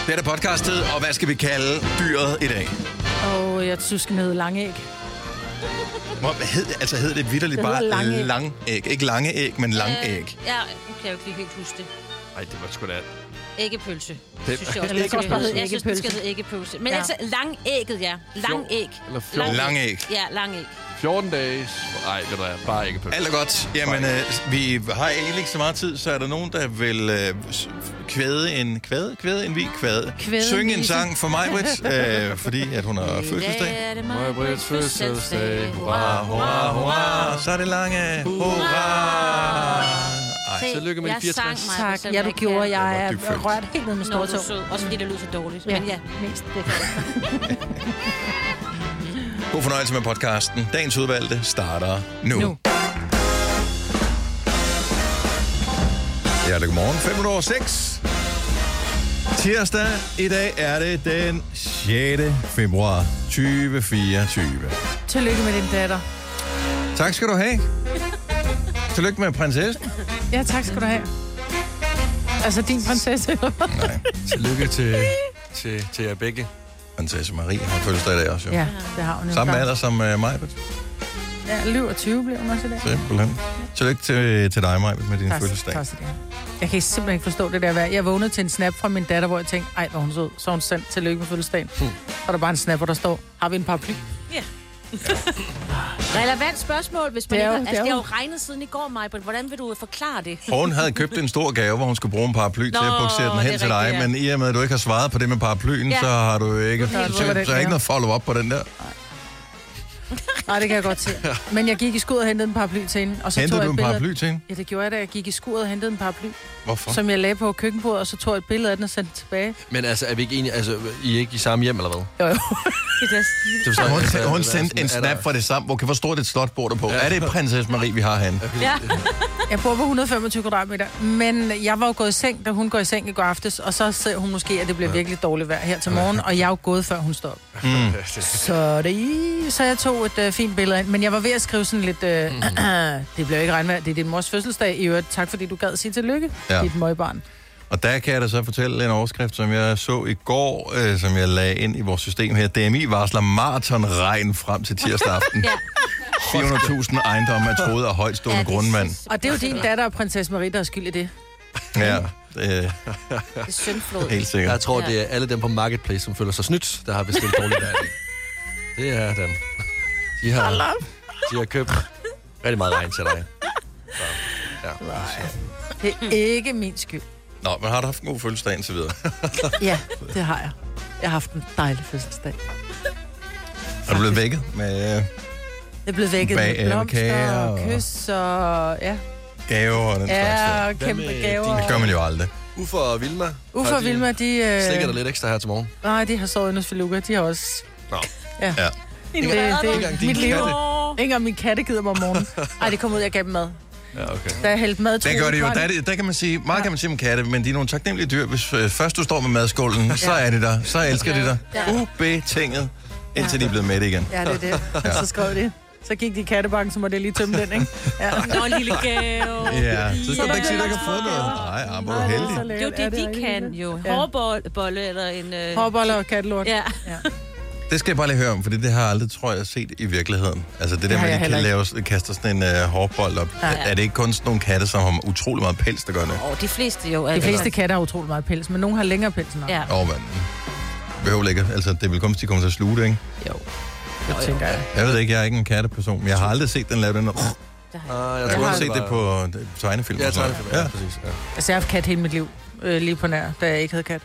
Det er der podcastet, og hvad skal vi kalde dyret i dag? Jeg synes, skal hedde langæg. Hed det vitterligt bare langæg? Ikke lange æg, men langæg. Ja, jeg kan jo ikke lige helt huske det. Nej, det var sgu da... Æggepølse. Det synes jeg også, det skal hedde æggepølse. Men altså, langægget, ja. Langæg. Langæg. Ja, langæg. 14 dages. Nej, det er bare æggepølse. Alt er godt. Jamen, vi har egentlig ikke så meget tid, så er der nogen, der vil synge en sang for mig, Britt, fordi at hun har fødselsdag. Brits fødselsdag. Hurra, hurra, hurra. Så er det lange. Hurra. Tillykke med de 64. Tak. Ja, du gjorde. Jeg er rørt helt ned med Nå, du stortog. er sød. Også fordi det lyder så dårligt. Ja, Men ja. mest det. God fornøjelse med podcasten. Dagens udvalgte starter nu. Ja, godmorgen. 5:06. Tirsdag. I dag er det den 6. februar 2024. Tillykke med din datter. Tak skal du have. Tillykke med prinsessen. Ja, tak skal du have. Altså din prinsesse. Nej. Tillykke til jer begge. Prinsesse Marie har fødselsdag i dag også, jo. Ja, det har hun jo. Samme alder som mig, Britt. Ja, løb og 20 blev hun også i dag. Simpelthen. Tillykke til dig, Maja, med din fødselsdag. Tak. Jeg kan simpelthen ikke forstå det der. Jeg vågnede til en snap fra min datter, hvor jeg tænkte, ej, hvor hun sød. Så hun sendt tillykke med fødselsdagen. Så er der bare en snap, hvor der står, har vi en paraply? Ja. Relevant spørgsmål, hvis man det ikke... Altså, det har jo regnet siden i går, Maja. Hvordan vil du forklare det? Hun havde købt en stor gave, hvor hun skulle bruge en paraply til at buksere den hen til dig, rigtigt, ja. men i og med, at du ikke har svaret på det med paraplyen, så har du ikke... Så er ikke noget follow-up på den der. Nej, det kan jeg godt se. Men jeg gik i skuret og hentede en paraply til hende. Og så hentede tog du en jeg paraply til hende? Ja, det gjorde jeg da. Jeg gik i skuret og hentede en paraply. Hvorfor? Som jeg lagde på køkkenbordet, og så tog jeg et billede af den og sendte tilbage. Men altså, er vi ikke enige? Altså, I er ikke i samme hjem, eller hvad? Jo. Hun sendte en snap fra det samme. Okay, hvor stort et slot bor du på? Ja. Er det prinsesse Marie, vi har herinde? Ja. Jeg bor på 125 kvadratmeter. Men jeg var jo gået i seng, da hun går i seng i går aftes. Og så ser hun måske, at det bliver virkelig dårligt vejr her til morgen. Og jeg er jo gået, før hun står op. Så jeg tog et fint billede ind. Men jeg var ved at skrive sådan lidt... det bliver ikke regnvejr. Det er din mors fødselsdag. I øvrigt, tak fordi du gad sige tillykke. Dit møgbarn. Og der kan jeg da så fortælle en overskrift, som jeg så i går, som jeg lagde ind i vores system her. DMI varsler maratonregn frem til tirsdag aften. 400.000 ejendomme er troet af højtstående grundmand. Og det er jo din datter og prinsesse Marie, der er skyld i det. Ja, det er syndflod. Helt sikkert. Jeg tror, det er alle dem på Marketplace, som føler sig snydt, der har bestilt dårligt vejr. Det er dem. De har købt rigtig meget regn til dig. Så, ja. Det er ikke min skyld. Nå, men har du haft en god fødselsdag indtil videre? Ja, det har jeg. Jeg har haft en dejlig fødselsdag. Er du blevet vækket med... Det er blevet vækket med blomster og kys og... Ja. Gaver og den slags. Ja, kæmpe gaver. Det gør man jo aldrig. Uffe og Vilma. Uffe og Vilma, de... Stikker der lidt ekstra her til morgen? Nej, de har sovet inde hos Feluca. De har også... Nå. Ja. Det er mit liv. Ikke engang min katte gider mig om morgenen. Ej, det kom ud, jeg gav dem mad. Ja, okay. Der er hældt mad. Det gør det jo. Der kan man sige, meget kan man sige om katte, men de er nogle taknemmelige dyr. Hvis først du står med madskålen, så er de der. Så elsker de dig. Ubetinget, indtil de er blevet mætte igen. Ja, det er det. Så skrev de. Så gik de i kattebakken, så må det lige tømme den, ikke? Ja. Nå, en lille gave. Ja, så skal du ikke sige, at du ikke har fået noget. Nej, hvor er du heldig. Det er jo det, de kan jo. Hårbolle eller en... Hårbolle og kattelort. Ja. Det skal jeg bare lige høre om, for det har jeg aldrig, tror jeg, set i virkeligheden. Altså det der med, at de kan kaste sådan en hårbold op. Ja. Er det ikke kun sådan nogle katte, som har utrolig meget pels, der gør det? De fleste jo. De fleste katte har utrolig meget pels, men nogle har længere pels end andre. Ja. Men behøver ikke. Altså det vil komme, hvis de kommer til at sluge det, ikke? Jo. Det tænker jeg. Jeg ved ikke, jeg er ikke en katteperson, men jeg har aldrig set den lave den. Jeg har aldrig set det på tegnefilm. Ja, tegnefilm, ja, præcis. Ja. Altså jeg har haft kat hele mit liv, lige på nær, da jeg ikke havde kat.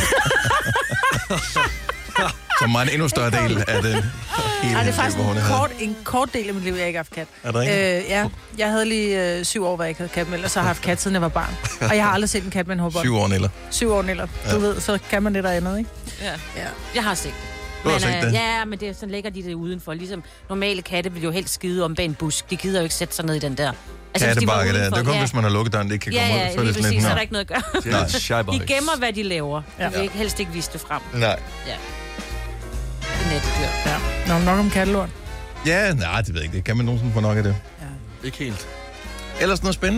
Som var en endnu større del af den. Nej, det er faktisk en kort del af mit liv, jeg ikke har haft kat. Er det rigtigt? Ja, jeg havde lige 7 år, hvor jeg ikke havde kat, men ellers har jeg haft kat, siden jeg var barn. Og jeg har aldrig set en kat med en hårbold. 7 år nælder. 7 år nælder. Du ved, så kan man lidt og andet, ikke? Ja. Jeg har set det. Du har set det? Ja, men det er sådan lægger de det udenfor. Ligesom normale katte vil jo helst skide om bag en busk. De gider jo ikke sætte sig ned i den der. Altså, kattebakke der. Det er kun, hvis man har lukket døren, det ikke kan komme ud. Så er det præcis, så er der ikke noget at gøre. De gemmer, hvad de laver. De vil helst ikke vise det frem. Nej. Ja. Netdyr. Ja. Nå, nok om kattelort. Ja, nej, det ved jeg ikke. Kan man nogensinde få nok af det? Ja. Ikke helt. Ellers noget spændende?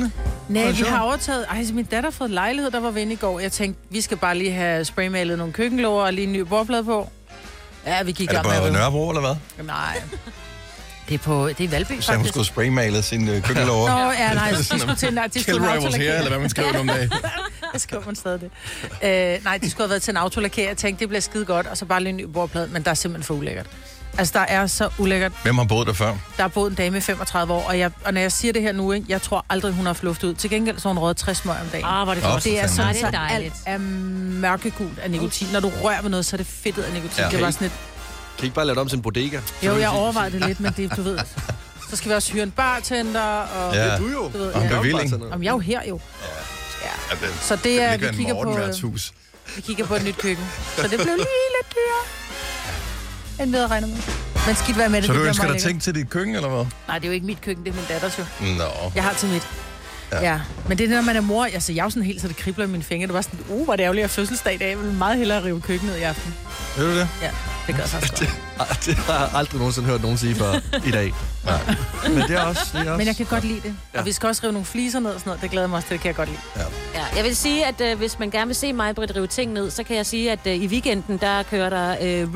Nej, vi har overtaget... min datter har fået lejlighed, der var vi inde i går. Jeg tænkte, vi skal bare lige have spraymalet nogle køkkenlåger og lige en ny bordplade på. Ja, vi gik Er det på Nørrebro, eller hvad? Nej. Det er i Valby, faktisk. Så hun skulle spraymale sin køkkenlåger. Nå, ja, nej, de skulle til en Kill Rivals her, eller hvad man skriver om det. Det skriver man stadig det. Nej, de skulle have været til en autolakere. Jeg tænkte, det bliver skide godt, og så bare lige en ny bordplade, men der er simpelthen for ulækkert. Altså, der er så ulækkert. Hvem har boet der før? Der er boet en dame i 35 år, og når jeg siger det her nu, ikke, jeg tror aldrig, hun har haft luft ud. Til gengæld så hun røget 60 smøg om dagen. Hvor det godt. Det er sådan, det er så alt er mørkegult af nikotin. Når du rører ved noget, så er det fedtet af nikotin. Ja. Det var sådan et... Kan I ikke bare lave det om til en bodega? Jo, jeg overvejede det lidt, men det, du ved... Så skal vi også hyre en bartender, og... Ja, Du jo. Du ved, og en bevilling. Om jeg er jo her, jo. Ja. Så det er, vi kigger på et nyt køkken. Så det blev lige lidt dyrere, end vi havde regnet med. Men skidt være med det. Så det du ønsker dig lækkert. ting til dit køkken, eller hvad? Nej, det er jo ikke mit køkken, det er min datters jo. Nå. Jeg har til mit. Ja. Men det er det, når man er mor. Altså, jeg er jo sådan helt, så det kribler i mine fingre. Det var sådan, hvor det ærgerligt at fødselsdag i dag. Jeg vil meget hellere rive køkkenet i aften. Ved du det? Ja, det gør så godt. Det har jeg aldrig nogensinde hørt nogen sige før i dag. Nej. Men det er også... Men jeg kan godt lide det. Og vi skal også rive nogle fliser ned og sådan noget. Det glæder jeg mig også til, det kan jeg godt lide. Ja, jeg vil sige, at hvis man gerne vil se mig, Britt, rive ting ned, så kan jeg sige, at i weekenden, der kører der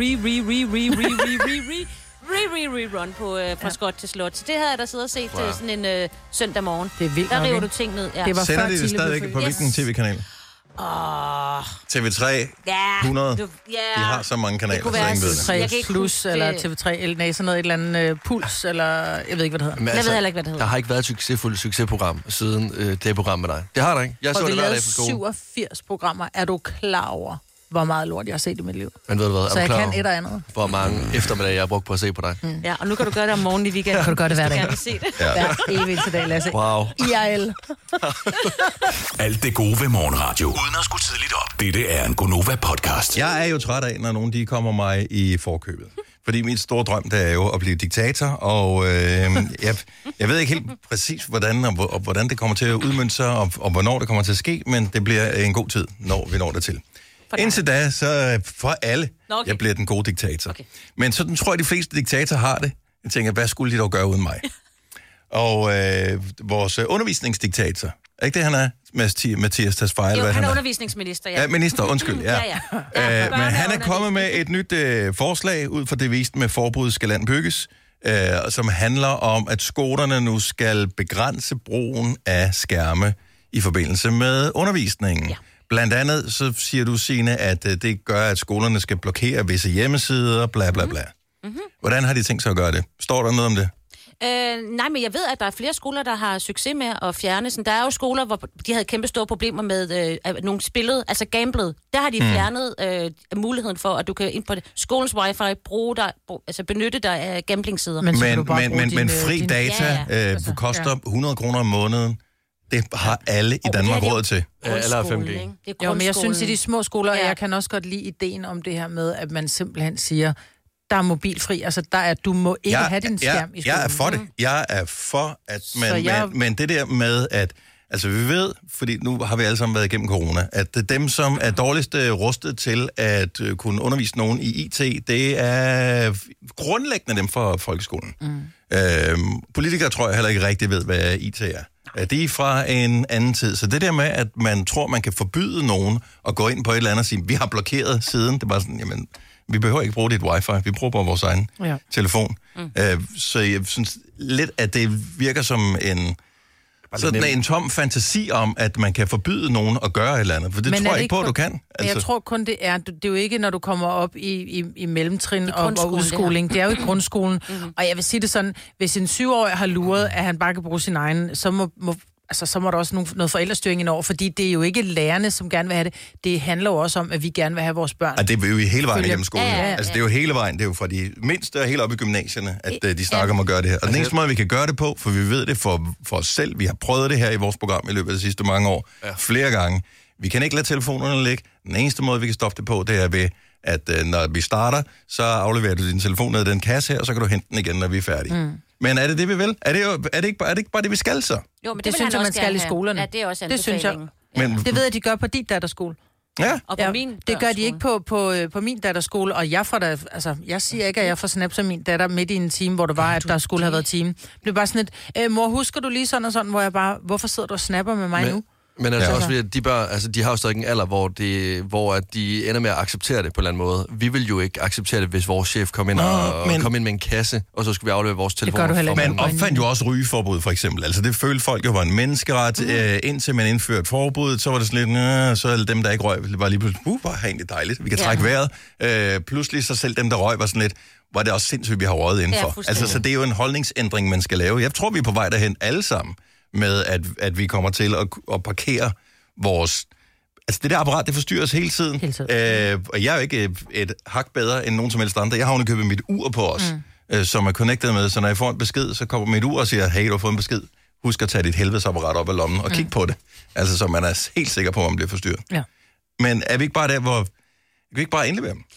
rerun på fra Skot til Slot. Så det havde jeg da siddet og set sådan en søndag morgen. Det er vildt Der nok, river ikke? du ting ned. Ja. Det var Sender før de det Tille stadigvæk blev på født. hvilken tv-kanal? TV3? Ja. 100? Ja. De har så mange kanaler, Det kunne så være ingen ved det. Jeg kan 3 ikke Plus, huske eller det. TV3, eller nej, sådan noget, et eller andet Puls, eller jeg ved ikke, hvad det hedder. Men Jeg ved heller ikke, hvad det hedder. Der har ikke været et succesprogram siden det program med dig. Det har der ikke. Jeg så Og det vi hver dag lavede på skole. 87 programmer. Er du klar over, hvor meget lort jeg har set i mit liv? Men ved du hvad? Så jeg kan et og andet. Hvor mange eftermiddage jeg har brugt på at se på dig. Ja, og nu kan du gøre det om morgenen i weekenden. Kan du gøre det hver hvis dag. gerne vil se det. Ja. Hver evig til dag, Lasse. Wow. IRL. Alt det gode ved morgenradio. Uden at skulle tidligt op. Dette er en Gonova-podcast. Jeg er jo træt af, når nogen de kommer mig i forkøbet. Fordi min store drøm, det er jo at blive diktator, og jeg ved ikke helt præcis, hvordan det kommer til at udmønte sig, og hvornår det kommer til at ske, men det bliver en god tid, når vi når dertil. Indtil da, så for alle, jeg bliver den gode diktator. Okay. Men sådan tror jeg, de fleste diktatorer har det. Jeg tænker, hvad skulle de dog gøre uden mig? Og vores undervisningsdiktator, er ikke det, han er? Mathias Tesfaye, Jo, hvad han er er? undervisningsminister, ja. Ja, minister, undskyld. Ja. Men han er kommet med et nyt forslag ud fra det viste med forbuddet skal land bygges, som handler om, at skolerne nu skal begrænse brugen af skærme i forbindelse med undervisningen. Ja. Blandt andet så siger du, Signe, at det gør, at skolerne skal blokere visse hjemmesider, bla bla bla. Mm-hmm. Hvordan har de tænkt sig at gøre det? Står der noget om det? Nej, men jeg ved, at der er flere skoler, der har succes med at fjerne. Sådan, der er jo skoler, hvor de havde kæmpe store problemer med nogle spillede, altså gamblet. Der har de fjernet muligheden for, at du kan ind på skolens wifi benytte dig af gamblingsider. Men fri data koster 100 kroner om måneden. Det har alle i Danmark råd til. Alle er 5G. Jo, men jeg synes, i de små skoler, jeg kan også godt lide ideen om det her med, at man simpelthen siger, der er mobilfri. Altså, du må ikke have din skærm i skolen. Jeg er for det. Jeg er for, at men det der med, at altså vi ved, fordi nu har vi alle sammen været igennem corona, at dem, som er dårligst rustet til at kunne undervise nogen i IT, det er grundlæggende dem fra folkeskolen. Politikere tror jeg heller ikke rigtig ved, hvad IT er. Det er fra en anden tid. Så det der med, at man tror, man kan forbyde nogen at gå ind på et eller andet og sige, vi har blokeret siden, det var sådan, jamen, vi behøver ikke bruge dit wifi, vi bruger bare vores egen telefon. Så jeg synes lidt, at det virker som en tom fantasi om, at man kan forbyde nogen at gøre et eller andet. For det tror jeg ikke på, at du kan. Altså. Jeg tror kun, det er jo ikke, når du kommer op i mellemtrin og udskoling. Det er jo i grundskolen. Og jeg vil sige det sådan, hvis en 7-årig har luret, at han bare kan bruge sin egen, så må der også noget forældrestyring indover, fordi det er jo ikke lærerne, som gerne vil have det. Det handler jo også om, at vi gerne vil have vores børn. Og det er jo hele vejen igennem skolen. Altså, det er jo hele vejen. Det er jo fra de mindste og helt op i gymnasierne, at de snakker om at gøre det her. Og den eneste måde, vi kan gøre det på, for vi ved det for os selv, vi har prøvet det her i vores program i løbet af de sidste mange år, flere gange. Vi kan ikke lade telefonerne ligge. Den eneste måde, vi kan stoppe det på, det er ved, at når vi starter, så afleverer du din telefon ned i den kasse her, og så kan du hente den igen, når vi er færdige. Men er det vi vil? Er det ikke bare det, vi skal så? Jo, men det synes jeg, man skal i skolerne. Ja, det er også det synes jeg. Men, det ved jeg, de gør på dit datterskole. Ja. Og på min det gør de ikke på min datters skole, og jeg jeg siger ikke, at jeg får snaps af min datter midt i en time, hvor det var, at der skulle have været time. Det blev bare sådan et, mor, husker du lige sådan og sådan, hvor jeg bare, hvorfor sidder du og snapper med mig nu? Men altså også ved, at de børn, altså de har jo stadig en alder, hvor de ender med at acceptere det på en eller anden måde. Vi vil jo ikke acceptere det, hvis vores chef kom ind kom ind med en kasse, og så skulle vi aflevere vores telefoner. Det gør du heller ikke. Man opfandt jo også rygeforbud, for eksempel. Altså det følte folk jo var en menneskeret, indtil man indførte forbuddet, så var det sådan lidt, så alle dem, der ikke røg, var lige pludselig, var egentlig dejligt, vi kan trække vejret. Pludselig så selv dem, der røg, var sådan lidt, var det også sindssygt, vi har røget indenfor. Altså så det er jo en holdningsændring, man skal lave. Jeg tror, vi er på vej derhen alle sammen, med at vi kommer til at parkere vores... Altså det der apparat, det forstyrrer os hele tiden. Og jeg er jo ikke et hak bedre end nogen som helst andre. Jeg har købet mit ur på os, som er connected med, så når jeg får en besked, så kommer mit ur og siger, hey, du har fået en besked. Husk at tage dit helvedesapparat op af lommen og kig på det. Altså så man er helt sikker på, at man bliver forstyrret. Ja. Men er vi ikke bare der, hvor... Vi ikke bare indlevere dem?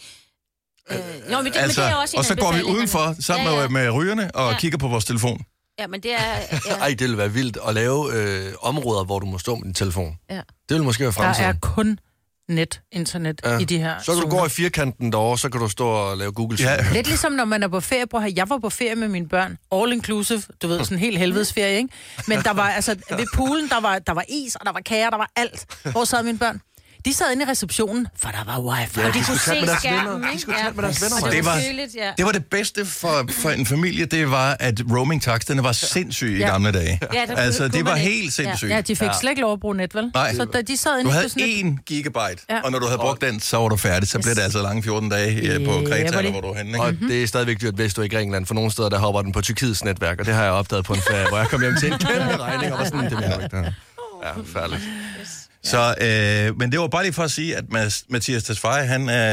Jo, men det er også og så går vi udenfor sammen med rygerne og kigger på vores telefon. Ja, men det er... Ja. Ej, det ville være vildt at lave områder, hvor du må stå med din telefon. Ja. Det ville måske være fremtiden. Der er kun internet i de her så kan du gå i firkanten derovre, så kan du stå og lave Google. Ja. Lidt ligesom når man er på ferie. Jeg var på ferie med mine børn. All inclusive. Du ved, sådan en helt helvedesferie, ikke? Men der var ved poolen, der var is, og der var kager, der var alt. Hvor sad mine børn? De sad inde i receptionen, for der var wifi. Ja, de kunne se skærmen, ikke? De skulle tale med deres venner. Det var det bedste for en familie, det var, at roaming-taksterne var sindssyge i gamle dage. Ja, altså, det var helt sindssygt. Ja, de fik slet ikke lov at bruge net, vel? Nej. Så de sad inde du havde 1 gigabyte, og når du havde brugt den, så var du færdig. Så blev det altså lange 14 dage på Kreta, eller hvor du var henne. Og det er stadigvæk dyrt, hvis du er i Grækenland. For nogle steder, der hopper den på Tyrkiets netværk, og det har jeg opdaget på en ferie, hvor jeg kom hjem til en kæmpe regning, og var sådan, det mener ikke der. Ja, færdigt. Så, men det var bare lige for at sige, at Mathias Tesfaye,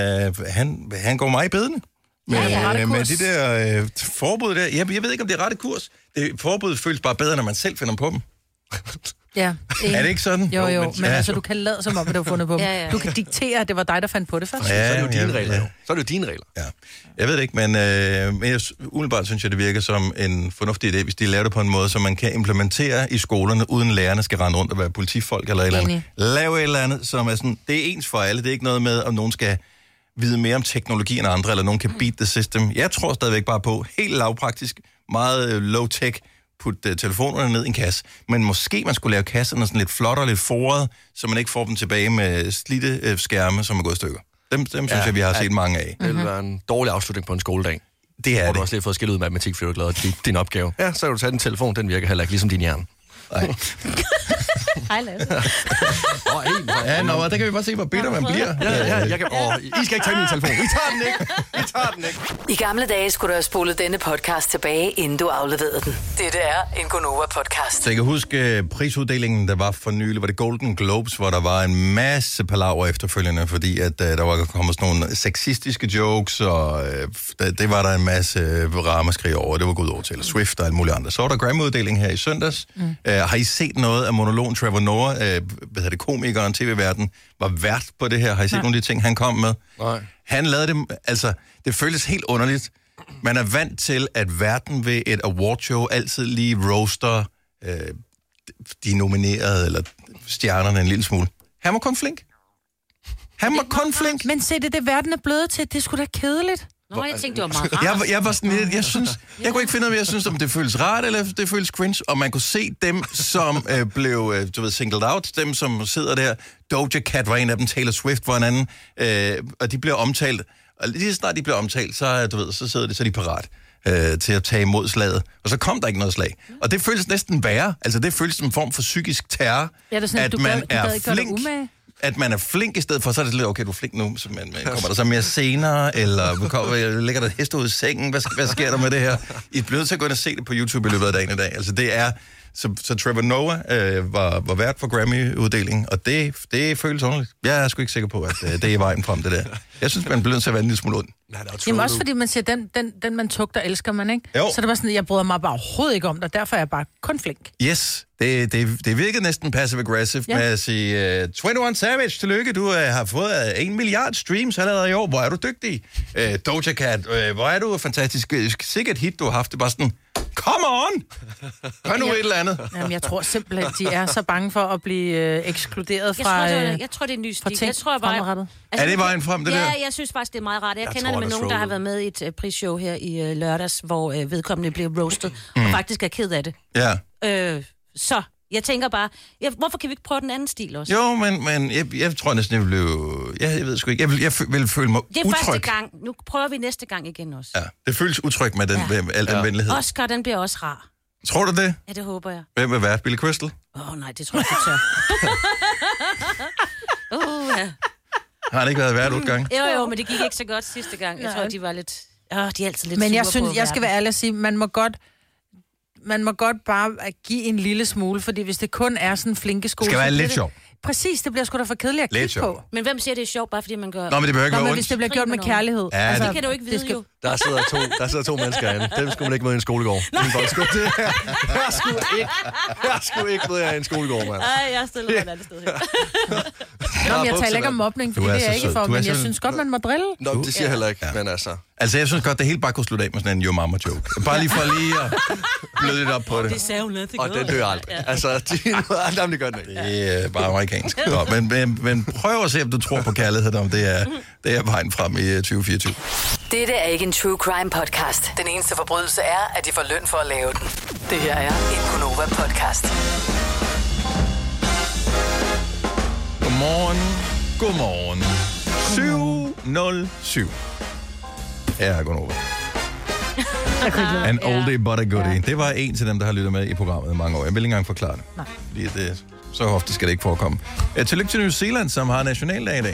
han går meget i bedene med de der forbud der. Jeg ved ikke, om det er rette kurs. Forbuddet føles bare bedre, når man selv finder på dem. Ja. Er det ikke sådan? Jo, men altså, du kan lade som om, at du har fundet på dem. Ja. Du kan diktere, at det var dig, der fandt på det først. Ja, så er det jo dine regler. Ja. Så er det jo dine regler. Ja. Jeg ved det ikke, men umiddelbart synes jeg, det virker som en fornuftig idé, hvis de laver det på en måde, som man kan implementere i skolerne, uden lærerne skal rende rundt og være politifolk eller et eller andet. Lave et eller andet, som er sådan, det er ens for alle. Det er ikke noget med, om nogen skal vide mere om teknologi end andre, eller nogen kan beat the system. Jeg tror stadigvæk bare på, helt lavpraktisk, meget low-tech, putte telefonerne ned i en kasse. Men måske man skulle lave kasserne sådan lidt flottere, lidt foret, så man ikke får dem tilbage med slidte skærme, som er gået i stykker. Dem synes jeg, vi har set mange af. Det vil være en dårlig afslutning på en skoledag. Det er hvor det. Du også lige fået skilt ud matematik, fordi du er glad for din opgave. Ja, så kan du tage din telefon, den virker heller ikke ligesom din hjerne. Nej. Hej, Lasse. Ja, der kan vi bare se, hvor bitter man bliver. I skal ikke tage min telefon. Vi tager den ikke. I gamle dage skulle du have spolet denne podcast tilbage, inden du afleverede den. Dette er en Gonova-podcast. Så jeg kan huske prisuddelingen, der var for nylig, var det Golden Globes, hvor der var en masse palaver efterfølgende, fordi at der var kommet sådan nogle sexistiske jokes, og det var der en masse ramaskrig over. Det var gået over til Swift og alt muligt andet. Så var der Grammy-uddeling her i søndags. Har I set noget af monologen Trevor Noah, komikeren, tv-verden, var vært på det her? Har I set nogle af de ting, han kom med? Nej. Han lavede det, altså, det føltes helt underligt. Man er vant til, at verden ved et awardshow altid lige roaster de nominerede, eller stjernerne en lille smule. Han var kun flink. Men se, det verden er blevet til. Det er sgu da kedeligt. Nå, jeg tænkte, det var meget rart. Jeg var sådan lidt, jeg kunne ikke finde ud af, jeg synes, om det føles rart, eller det føles cringe, og man kunne se dem, som blev, singled out, dem, som sidder der. Doja Cat var en af dem, Taylor Swift var en anden, og de blev omtalt, og lige snart de blev omtalt, så sidder de, så er de parat til at tage imod slaget. Og så kom der ikke noget slag. Og det føles næsten værre. Altså, det føles som en form for psykisk terror, at man er flink. At man er flink i stedet for, så er det lidt, okay, du er flink nu, men kommer der så mere senere, eller ligger der et heste ud i sengen, hvad sker der med det her? I bliver nødt til at gå ind og se det på YouTube i løbet af dagen i dag. Altså det er, så Trevor Noah var vært for Grammy-uddelingen, og det føles underligt. Jeg er sgu ikke sikker på, at det er i vejen frem, det der. Jeg synes, man bliver nødt til at være en lille smule ond. Jamen også fordi man siger, den man tugter, elsker man, ikke? Jo. Så det var sådan, jeg bryder mig bare overhovedet ikke om det, derfor er jeg bare kun flink. Yes, det virkede næsten passive-aggressive med at sige, 21 Savage, tillykke, du har fået 1 milliard streams allerede i år, hvor er du dygtig. Doja Cat, hvor er du fantastisk, sikkert hit, du har haft det bare sådan, Come on! Gør nu et eller andet. Jamen, jeg tror simpelthen, at de er så bange for at blive ekskluderet fra... Jeg tror, det er en ny stil. Jeg tror bare... Er det vejen frem, det der? Ja, jeg synes faktisk, det er meget rart. Jeg kender det med nogen, der har været med i et prisshow her i lørdags, hvor vedkommende blev roasted, og faktisk er ked af det. Ja. Så jeg tænker bare, hvorfor kan vi ikke prøve den anden stil også? Jo, men jeg tror næsten, jeg blev... Jeg ved sgu ikke. Jeg vil føle mig utryg. Det er første gang. Nu prøver vi næste gang igen også. Ja, det føles utrygt med al den venlighed. Oscar, den bliver også rar. Tror du det? Ja, det håber jeg. Hvem vil være? Billy Crystal? Nej, det tror jeg ikke, tør. Ja. Har han ikke været vært 8 gange? Jo, men det gik ikke så godt sidste gang. Jeg tror, de var lidt... de er altid lidt men jeg sure synes, på jeg skal være ærlig at sige, man må godt bare give en lille smule, fordi hvis det kun er sådan flinke skole... Det skal være lidt sjovt. Præcis, det bliver sgu da for kedeligt at kigge på. Men hvem siger, det er sjovt, bare fordi man gør... Nå, men det behøver ikke være ondt. Hvis det bliver gjort med kærlighed. Ja, altså, det kan du ikke vide, jo. Der sidder to mennesker inde. Dem skulle man ikke møde i en skolegård. Jeg skulle ikke møde i en skolegård, mand. Nej, jeg stiller mig et andet sted her. Jeg taler ikke om mobning, for det er jeg ikke for, men jeg synes godt, man må drille. Nå, det siger heller ikke, men altså... Altså, jeg synes godt, det hele bare kunne slutte af med sådan en Yo Mama joke. Bare lige for lige at bløde lidt op på det. Det sagde hun lidt. Og den dør aldrig. Altså, det gør den ikke. Det er bare amerikansk. Nå, men prøv at se, om du tror på kærlighed, om det er vejen frem i 2024. Dette er ikke en true crime podcast. Den eneste forbrydelse er, at de får løn for at lave den. Det her er en Gonova podcast. Godmorgen. 7:07 er Gonova. An oldie but a goodie. Ja. Det var en til dem, der har lyttet med i programmet i mange år. Jeg vil ikke engang forklare det. Nej. Fordi så ofte skal det ikke forekomme. Tillykke til New Zealand, som har nationaldag i dag.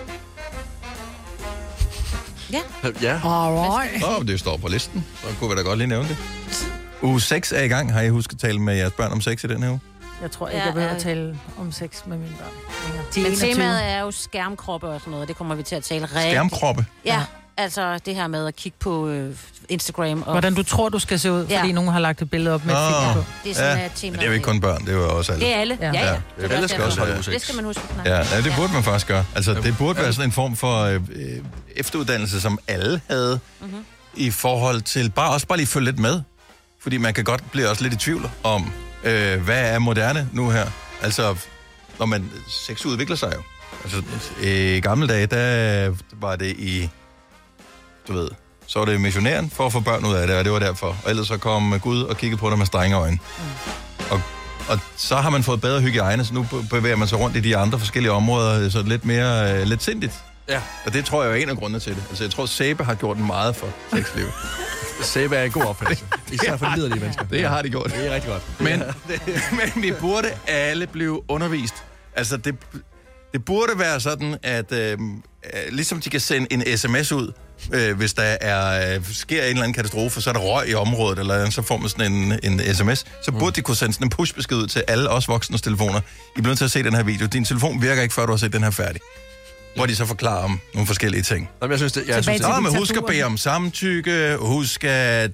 Ja. Alright. Det står på listen, så kunne vi da godt lige nævne det. Uge 6 er i gang. Har I husket at tale med jeres børn om sex i den her uge? Jeg tror ikke, jeg behøver at tale om sex med mine børn. Men temaet er jo skærmkroppe og sådan noget. Det kommer vi til at tale rigtig. Skærmkroppe? Ja, altså det her med at kigge på Instagram. Og... Hvordan du tror, du skal se ud, fordi nogen har lagt et billede op med et filter på. Det er sådan et tema. Det er jo ikke kun børn, det er jo også alle. Det er alle, ja. Alle skal også holde det skal man huske. Ja, det burde man faktisk gøre. Altså, det burde være sådan en form for efteruddannelse, som alle havde, i forhold til bare lige følge lidt med. Fordi man kan godt blive også lidt i tvivl om, hvad er moderne nu her? Altså, når sex udvikler sig jo. Altså, i gamle dage, der var det så var det missionæren for at få børn ud af det, og det var derfor. Og ellers så kom Gud og kiggede på det med strenge øjne. Og så har man fået bedre hygiejne, så nu bevæger man sig rundt i de andre forskellige områder, så lidt mere letsindigt. Ja. Og det tror jeg er en af grundene til det. Altså, jeg tror, Sæbe har gjort meget for sexlivet. Sæbe er en god opfattelse. Især for liderlige mennesker. Det har de gjort. Det er rigtig godt. Men vi burde alle blive undervist. Altså, det burde være sådan, at ligesom de kan sende en sms ud, hvis der sker en eller anden katastrofe, så er der røg i området, eller så får man sådan en sms, så burde de kunne sende sådan en pushbesked ud til alle os voksnes telefoner. I bliver nødt til at se den her video. Din telefon virker ikke, før du har set den her færdig. Hvor de så forklarer om nogle forskellige ting. Jamen, jeg synes det. Men husk at bede om samtykke, husk at,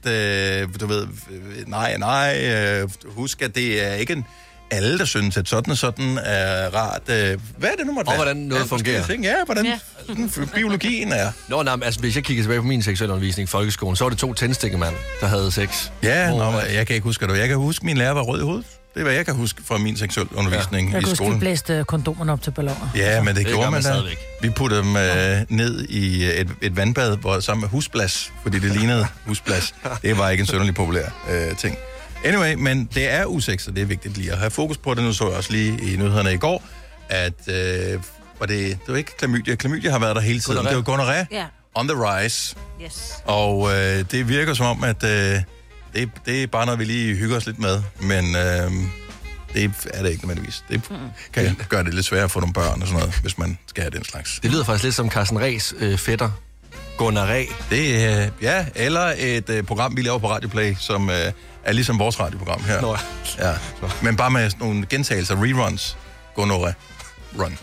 husk at det er ikke alle, der synes, at sådan er rart. Hvad er det nu måtte være? Og hvordan noget fungerer. Ting. Ja, hvordan biologien er. Nå, altså, hvis jeg kigger tilbage på min seksuelle undervisning i folkeskolen, så var det 2 tændstikkemænd, der havde sex. Ja, jeg kan ikke huske det. Jeg kan huske, at min lærer var rød i hovedet. Det er, hvad jeg kan huske fra min seksuelle undervisning i skolen. Jeg kan huske, at de blæste kondomerne op til balloner. Ja, men det gjorde man da. Vi puttede dem ned i et vandbad sammen med husblas, fordi det lignede husblas. Det var ikke en synderlig populær ting. Anyway, men det er usex, og det er vigtigt lige at have fokus på det. Nu så jeg også lige i nyhederne i går, at det var ikke klamydia. Klamydia har været der hele tiden. Det var gonorrhea on the rise. Yes. Og det virker som om, at det er bare noget, vi lige hygger os lidt med. Men det er det ikke nødvendigvis. Det kan gøre det lidt sværere at få nogle børn og sådan noget, hvis man skal have den slags. Det lyder faktisk lidt som Carsten Ræs fætter. Gonorrhea. Det eller et program, vi laver på Radio Play, som er ligesom vores radioprogram her. Nå. Ja. Men bare med nogle gentagelser, reruns. Gonorrhea. Run.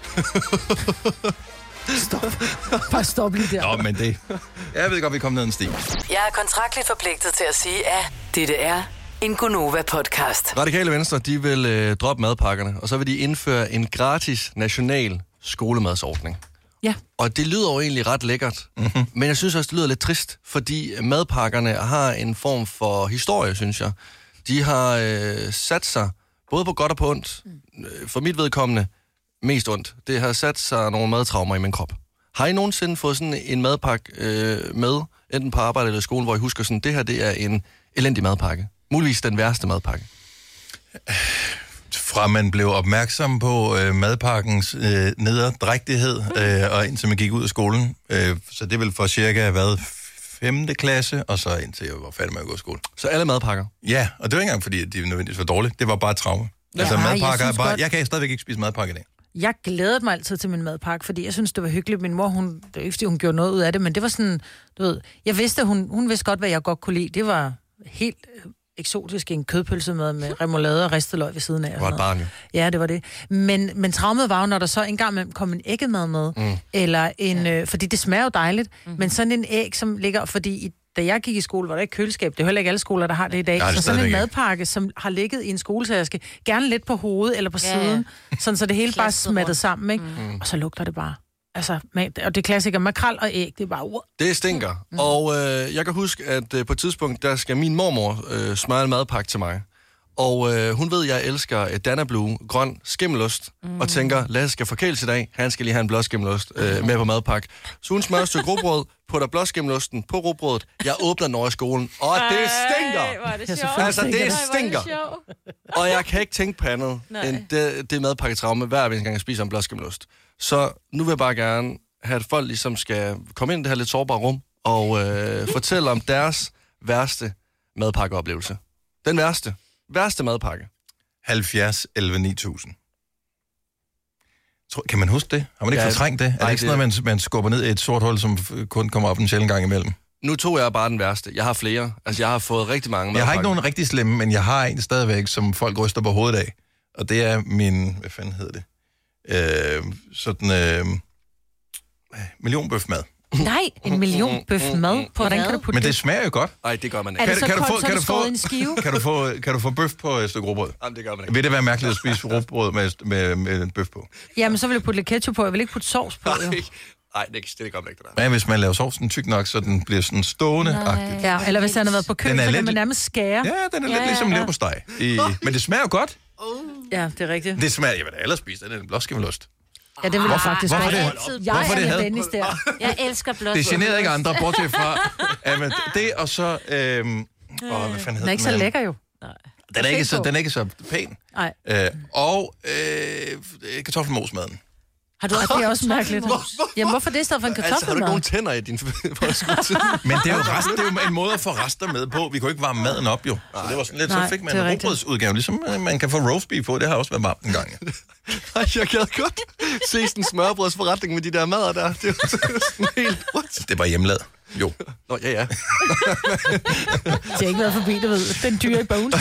Stop. Bare stop lige der. Nå, men det... Jeg ved godt, vi kommer ned en sti. Jeg er kontraktligt forpligtet til at sige, at dette er en Gonova-podcast. Radikale Venstre, de vil droppe madpakkerne, og så vil de indføre en gratis national skolemadsordning. Ja. Og det lyder jo egentlig ret lækkert. Mm-hmm. Men jeg synes også, det lyder lidt trist, fordi madpakkerne har en form for historie, synes jeg. De har sat sig, både på godt og på ondt, for mit vedkommende, mest ondt. Det har sat sig nogle madtraumer i min krop. Har I nogensinde fået sådan en madpakke med, enten på arbejde eller i skolen, hvor I husker sådan, det her det er en elendig madpakke? Muligvis den værste madpakke. Fra man blev opmærksom på madpakkens nederdrægtighed, og indtil man gik ud af skolen. Så det er vel for cirka, 5. klasse, og så indtil jeg var færdig med at gå i skole. Så alle madpakker? Ja, og det var ikke engang, fordi de nødvendigvis var dårlige. Det var bare traume. Ja, altså madpakker er bare... Jeg kan stadigvæk ikke spise madpakke i dag. Jeg glædede mig altid til min madpakke, fordi jeg synes det var hyggeligt. Min mor, det var ikke, fordi hun gjorde noget ud af det, men det var sådan, du ved... Jeg vidste, hun vidste godt, hvad jeg godt kunne lide. Det var helt eksotisk, en kødpølse med remoulade og ristet løg ved siden af. Det var et barn, jo. Ja, det var det. Men traumet var jo, når der så engang kom en æggemad med, eller en... fordi det smager jo dejligt, men sådan en æg, som ligger... Fordi da jeg gik i skole, var der ikke køleskab. Det er heller ikke alle skoler, der har det i dag. Nej, så sådan en madpakke, som har ligget i en skoletaske, gerne lidt på hovedet eller på siden, sådan så det hele bare smattet sammen, ikke? Og så lugter det bare. Altså, og det klassiker, makrel og æg, det er bare... Det stinker. Og jeg kan huske, at på et tidspunkt, der skal min mormor smøre en madpakke til mig. Og hun ved, at jeg elsker Danna Blue, grøn skimmelost, og tænker, Lasse skal forkæles i dag, han skal lige have en blå skimmelost med på madpakke. Så hun smører et stykke rugbrød, putter blå skimmelosten på rugbrødet, jeg åbner den over i skolen, og det stinker! Altså, det stinker! Og jeg kan ikke tænke på andet, end det madpakketraume, hver gang jeg spiser en blå skimmelost. Så nu vil jeg bare gerne have, at folk ligesom skal komme ind i det her lidt sårbare rum, og fortælle om deres værste madpakkeoplevelse. Den værste madpakke. 70 11 9000. Kan man huske det? Har man ikke fortrængt det? Er det ikke sådan noget, man skubber ned i et sort hul, som kun kommer op en sjældent gang imellem? Nu tog jeg bare den værste. Jeg har flere. Altså, jeg har fået rigtig mange madpakker. Jeg har ikke nogen rigtig slemme, men jeg har en stadigvæk, som folk ryster på hovedet af. Og det er min... Hvad fanden hedder det? Millionbøfmad. Nej, en millionbøf mad. Hvordan kan du putte Men det smager jo godt. Nej, det gør man ikke. Er det så koldt, så er det skåret en skive? Kan du få bøf på et stykke rugbrød? Jamen, det gør man ikke. Vil det være mærkeligt at spise rugbrød med en bøf på? Jamen, så vil jeg putte lidt ketchup på. Jeg vil ikke putte sovs på. Nej, det gør man ikke, det der. Men hvis man laver sovsen tyk nok, så den bliver sådan stående-agtigt. Ja, eller hvis den har været på køkken, så kan man nærmest skære. Ja, den er lidt ligesom leverpostej. Men det smager jo godt. Ja, det er rigtigt. Det smager, jeg vil da ellers spise, den er en blåskimmelost. Ja, det vil jeg faktisk Hvorfor det? Jeg er med Dennis der. Jeg elsker blot. Det generede ikke andre, bortset fra det, og så... hvad fanden hedder den? Den er ikke så lækker jo. Den er ikke så pæn. Nej. Kartoffelmosmaden. Det er også mærkeligt. Jamen, hvorfor det står for en kartoffelmad? Altså, har du ikke nogen tænder i din Men det er jo en måde at få rester med på. Vi kunne ikke varme maden op, jo. Så det var sådan lidt, så fik man en rugbrødsudgave, ligesom man kan få roast beef på. Det har også været varmt en gang. Jeg gad godt se sådan en smørbrødsforretning med de der mader der. Det var sådan helt rundt. Det var hjemmelavet. Jo. Nå, ja. Det har ikke været forbi, du ved. Den dyre i bogen.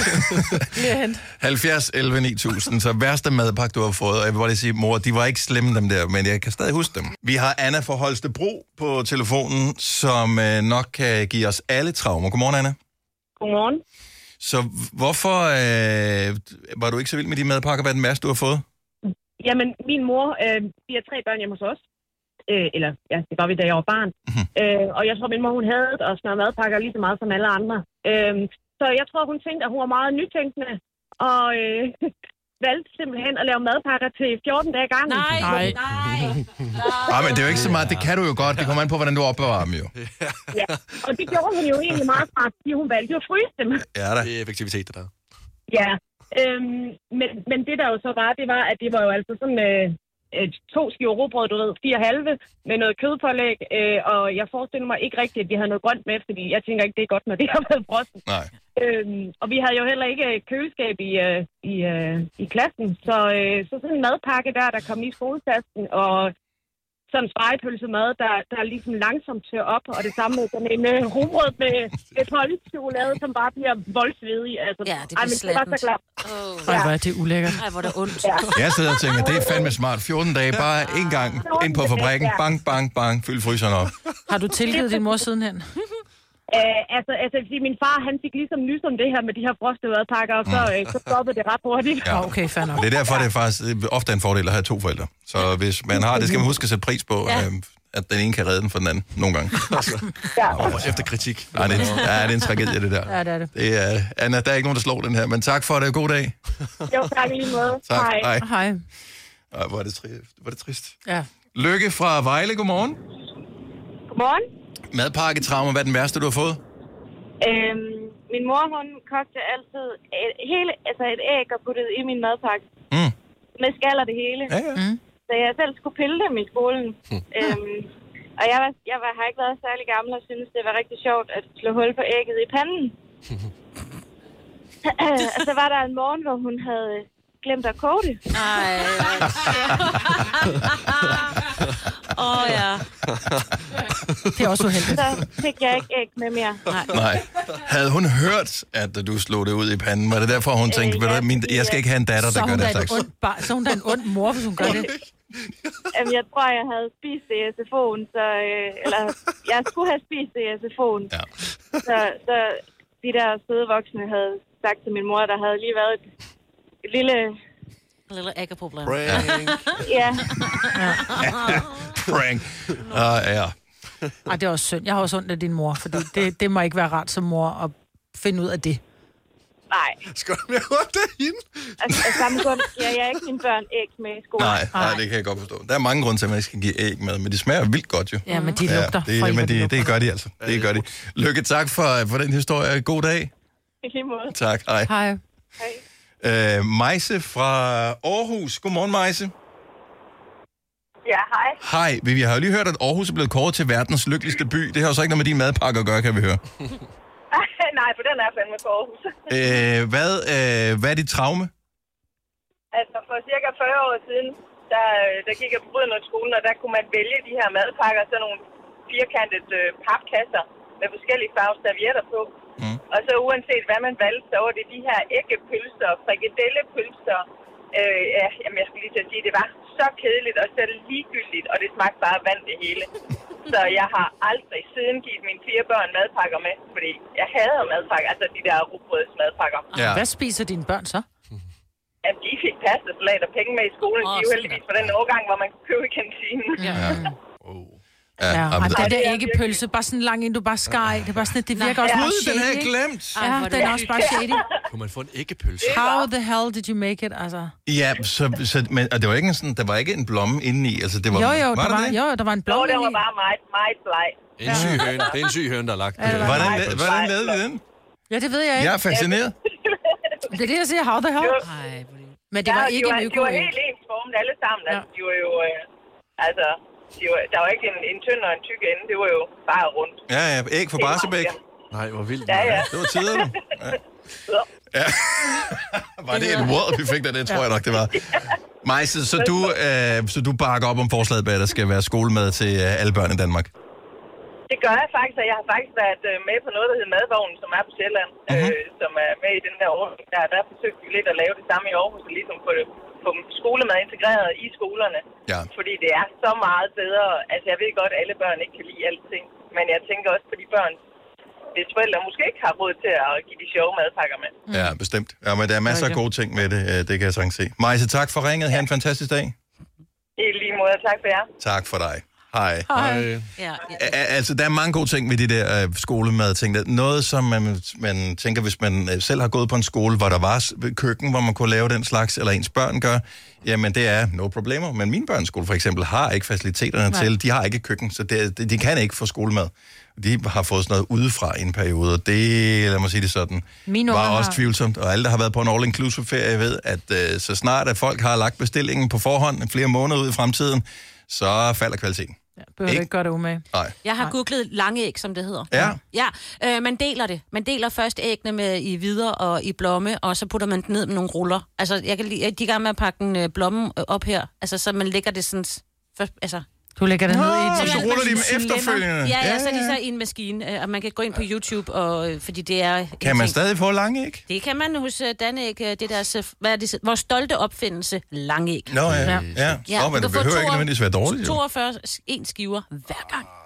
70 11 9000, så værste madpakke, du har fået. Og jeg vil bare lige sige, mor, de var ikke slemme dem der, men jeg kan stadig huske dem. Vi har Anna fra Holstebro på telefonen, som nok kan give os alle traumer. Godmorgen, Anna. Godmorgen. Så hvorfor var du ikke så vild med de madpakker? Hvad er den værste, du har fået? Jamen, min mor, vi har 3 børn hjemme hos os. Det var vi, da jeg var barn. Og jeg tror, min mor, hun havde og smøre madpakker lige så meget som alle andre. Så jeg tror, hun tænkte, at hun var meget nytænkende, og valgte simpelthen at lave madpakker til 14 dage gangen. Nej. Men det er jo ikke så meget, det kan du jo godt. Det kommer an på, hvordan du opbevarer dem jo. Ja, og det gjorde hun jo egentlig meget smart, fordi hun valgte jo at fryse dem. Ja, da. Det er effektivitet, det der. Ja, men det der jo så var, det var, at det var jo altså sådan... 2 skiver rugbrød, du ved, 4,5 med noget kødpålæg, og jeg forestiller mig ikke rigtigt, at de havde noget grønt med, fordi jeg tænker ikke, det er godt, når det har været frossen. Nej. Og vi havde jo heller ikke køleskab i klassen, så sådan en madpakke der kom i skoletasken, og sådan en spegepølsemad, der ligesom langsomt tør op, og det samme med sådan en rugbrød med chokolade, som bare bliver voldsvedig. Altså, ja, det bliver slattent. Det var så klart. Hvor er det ulækkert. Ej, hvor er det ondt. Ja. Jeg sidder og tænker, det er fandme smart. 14 dage, bare en gang ind på fabrikken. Bang, bang, bang. Fyld fryseren op. Har du tilgivet din mor sidenhen? Altså, fordi min far, han fik ligesom nys om det her med de her frostede madpakker, og så stoppede det ret hurtigt. Ja, okay, fair nok. Det er derfor, det er faktisk ofte en fordel at have 2 forældre. Så hvis man har det, skal man huske at sætte pris på, at den ene kan redde den for den anden nogle gange. Efter kritik. Nej, det er en tragedie, det der. Ja, det er det. Anna, der er ikke nogen, der slår den her, men tak for det. God dag. Jo, tak i lige måde. Tak. Hej. Hej. Hvor er det trist. Ja. Lykke fra Vejle, godmorgen. Godmorgen. Madpakketraumer, hvad er den værste, du har fået? Min mor, hun kogte altid et æg og puttede i min madpakke. Med skal og det hele. Ja. Så jeg selv skulle pille dem i skolen. Og jeg har ikke været særlig gammel og synes, det var rigtig sjovt at slå hul på ægget i panden. Og så var der en morgen, hvor hun havde glemt at koge det. Ja. Det er også uheldigt. Så fik jeg ikke æg med mere. Nej. Havde hun hørt, at du slog det ud i panden? Var det derfor, hun tænkte, jeg skal ikke have en datter, der gør det slags? Så hun da en ond mor, hvis hun gør det. Jamen, jeg tror, jeg havde spist det i SFO'en, eller jeg skulle have spist det i SFO'en. Ja. Så de der søde voksne havde sagt til min mor, der havde lige været et lille æggeproblem. Ja. Prank. Ja. Ej, det er også synd. Jeg har også ondt af din mor, fordi det må ikke være rart som mor at finde ud af det. Nej. Skal du mere rundt af hende? Altså, af samme grund giver jeg ikke mine børn æg med i skolen. Nej, det kan jeg godt forstå. Der er mange grunde til, at man ikke skal give æg med, men de smager vildt godt jo. Ja, men de lugter. Det gør de altså. Det gør de. Lykke, tak for den historie. God dag. I lige måde. Tak. Hej. Hej. Majse fra Aarhus. Godmorgen, Majse. Ja, hej. Hej. Vi har jo lige hørt, at Aarhus er blevet kåret til verdens lykkeligste by. Det har jo så ikke noget med din madpakke at gøre, kan vi høre. Nej, for den er fandme på Aarhus. Hvad er dit traume? Altså, for cirka 40 år siden, der gik jeg på Brødrene-skolen, og der kunne man vælge de her madpakker, sådan nogle firkantede papkasser med forskellige farver servietter på. Og så uanset hvad man valgte, så var det de her æggepølser, frikadellepølser. Jeg skulle lige til at sige, det var så kedeligt og så ligegyldigt, og det smagte bare vand det hele. Så jeg har aldrig siden givet mine 4 børn madpakker med, fordi jeg hader madpakker, altså de der rugbrødsmadpakker. Ja. Hvad spiser dine børn så? Jamen, de fik pasta, salat og penge med i skolen. De er jo heldigvis på den årgang, hvor man kunne købe i kantinen. Ja. Det der æggepølse, bare sådan lang ind, du bare skar i. Det er bare sådan, det virker også meget shady. Den har jeg glemt. Ja, den er også bare shady. Kunne man få en æggepølse? How the hell did you make it, altså? Ja, men det var ikke sådan, der var ikke en blomme indeni, altså det var... der var en blomme indeni. Det var bare meget bleg. En syg høne. Det er en syg høne, der er lagt. Hvordan lavede vi den? Ja, det ved jeg ikke. Jeg er fascineret. Det er det, jeg siger, how the hell? Men det var ikke en øko. De var helt ensformet alle sammen. Altså, de var jo... der var ikke en tynd og en tyk ende. Det var jo bare rundt. Ja, æg for Barsebæk. Nej, hvor vildt. Ja. Det var tiderne. Ja. Var det et word, vi fik der? Det tror jeg nok, det var. Majse, så du bakker op om forslaget bag, at der skal være skolemad til alle børn i Danmark? Det gør jeg faktisk, og jeg har faktisk været med på noget, der hedder Madvognen, som er på Sjælland, som er med i den her ordning. Der forsøgte vi lidt at lave det samme i Aarhus, og ligesom få skolemad integreret i skolerne. Ja. Fordi det er så meget bedre. Altså, jeg ved godt, at alle børn ikke kan lide alting, men jeg tænker også på de børn, hvis forældre måske ikke har råd til at give de sjove madpakker med. Ja, bestemt. Ja, men der er masser af gode ting med det, det kan jeg sagtens se. Majse, tak for ringet. Ha' en fantastisk dag. I lige måde, tak for jer. Tak for dig. Hej. Ja. Altså, der er mange gode ting ved de der skolemad-ting. Noget, som man tænker, hvis man selv har gået på en skole, hvor der var køkken, hvor man kunne lave den slags, eller ens børn gør, jamen det er no problemer. Men min børns skole for eksempel har ikke faciliteterne til. De har ikke køkken, så de kan ikke få skolemad. De har fået sådan noget udefra i en periode, og det, lad mig sige det sådan, var også tvivlsomt. Og alle, der har været på en all-inclusive-ferie, ved, at så snart at folk har lagt bestillingen på forhånd flere måneder ud i fremtiden, så falder kvaliteten. Ja, behøver ikke gøre det umage. Nej. Jeg har googlet langeæg, som det hedder. Ja, man deler det. Man deler først æggene med i videre og i blomme, og så putter man den ned med nogle ruller. Altså, jeg kan lide, de gang med at pakke en blomme op her, altså, så man lægger det sådan... Først, altså, du lægger det ned i... Og så ruller de dem efterfølgende. Ja, så er de så i en maskine, og man kan gå ind på YouTube, og, fordi det er... Kan man stadig få langeæg? Det kan man hos Danæg, det der... Hvad er det? Vores stolte opfindelse, langeæg. Nå ja. Så, men det behøver ikke nødvendigvis være dårligt. 42 skiver hver gang.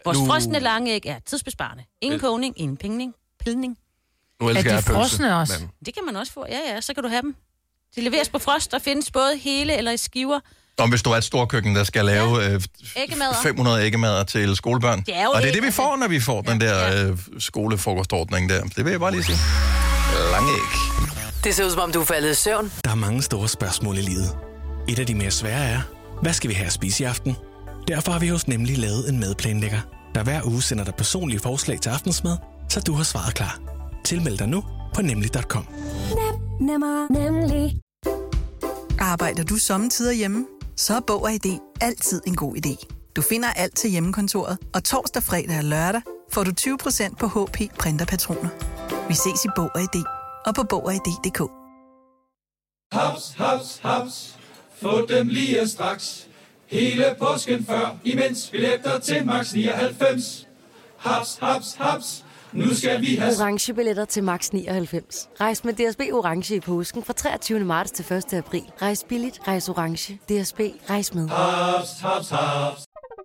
Vores frosne lange æg er tidsbesparende. Ingen kogning, ingen pilning. Nu elsker jeg frosne også? Men... Det kan man også få. Ja, så kan du have dem. De leveres på frost og findes både hele eller i skiver. Om hvis du er et storkøkken, der skal lave 500 æggemader til skolebørn. Og det er det, vi får, når vi får den der skolefrokostordning der. Det vil jeg bare lige sige. Lange æg. Det ser ud, som om du er faldet i søvn. Der er mange store spørgsmål i livet. Et af de mere svære er, hvad skal vi have at spise i aften? Derfor har vi hos Nemlig lavet en madplanlægger, der hver uge sender dig personlige forslag til aftensmad, så du har svaret klar. Tilmeld dig nu på nemlig.com. Nemlig. Arbejder du sommetider hjemme? Så er Bog og ID altid en god idé. Du finder alt til hjemmekontoret, og torsdag, fredag og lørdag får du 20% på HP printerpatroner. Vi ses i Bog og ID og på Bog og ID.dk. Haps, haps, haps. Få dem lige straks. Hele påsken før, imens billetter til max 99. Haps, haps, haps. Nu skal vi have orange billetter til max 99. Rejs med DSB orange i påsken fra 23. marts til 1. april. Rejs billigt, rejs orange. DSB, rejs med. haps, haps, haps.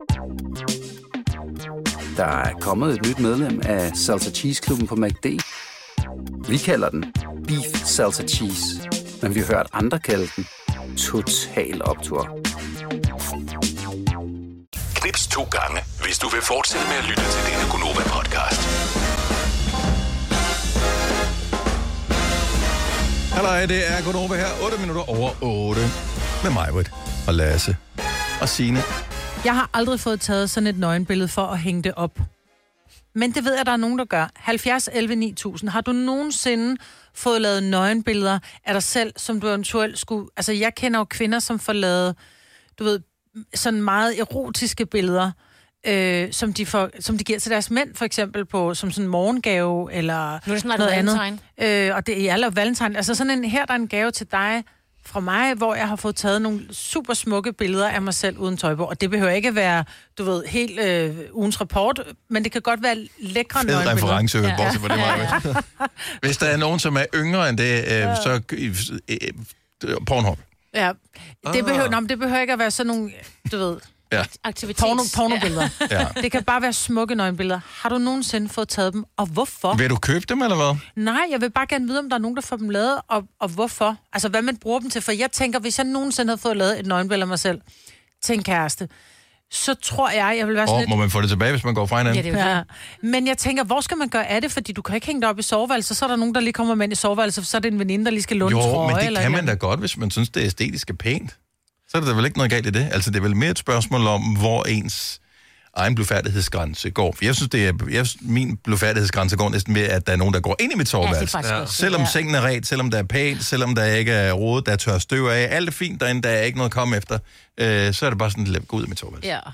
Der er kommet et nyt medlem af Salsa Cheese Klubben på McD. Vi kalder den Beef Salsa Cheese, men vi har hørt andre kalde den Total Optur. Knips 2 gange, hvis du vil fortsætte med at lytte til denne Gonova-podcast. Halløj, det er Gonova her. 8 minutter over 8. Med mig, Britt, og Lasse og Signe. Jeg har aldrig fået taget sådan et nøgenbillede for at hænge det op. Men det ved jeg, der er nogen, der gør. 70 11 9000. Har du nogensinde fået lavet nøgenbilleder af dig selv, som du eventuelt skulle... Altså, jeg kender jo kvinder, som får lavet, du ved, sådan meget erotiske billeder, som de giver til deres mænd, for eksempel på som sådan en morgengave, eller nu er det sådan noget andet. Valentine. Og det er eller valentine. Altså sådan en, her der er en gave til dig fra mig, hvor jeg har fået taget nogle super smukke billeder af mig selv uden tøj på. Og det behøver ikke være, du ved, helt ugens rapport, men det kan godt være lækre nøgenbilleder. Fed reference, bortset fra det meget. Hvis der er nogen, som er yngre end det, så Pornhub. Ja, det behøver ikke at være sådan nogle, du ved... Ja. Pornobilleder. Ja. Det kan bare være smukke nøgenbilleder. Har du nogensinde fået taget dem, og hvorfor? Vil du købe dem, eller hvad? Nej, jeg vil bare gerne vide, om der er nogen, der får dem lavet, og hvorfor. Altså, hvad man bruger dem til. For jeg tænker, hvis jeg nogensinde havde fået lavet et nøgenbillede af mig selv til en kæreste, så tror jeg vil være sådan lidt... Må man få det tilbage, hvis man går fra hinanden? Ja, det er jo Men jeg tænker, hvor skal man gøre af det? Fordi du kan ikke hænge det op i soveværelset, så er der nogen, der lige kommer med ind i soveværelset, så er det en veninde, der lige skal låne trøje. Jo, men det kan man da godt, hvis man synes, det er æstetisk og pænt. Så er der vel ikke noget galt i det. Altså, det er vel mere et spørgsmål om, hvor ens egen blufærdighedsgrænse går. For jeg synes, min blufærdighedsgrænse går næsten ved, at der er nogen, der går ind i mit soveværelse. Ja, selvom sengen er ret, selvom der er pænt, selvom der ikke er rodet, der er tør støv af, alt er fint derinde, der er ikke noget at komme efter, så er det bare sådan, at gå ud af mit soveværelse. Ja.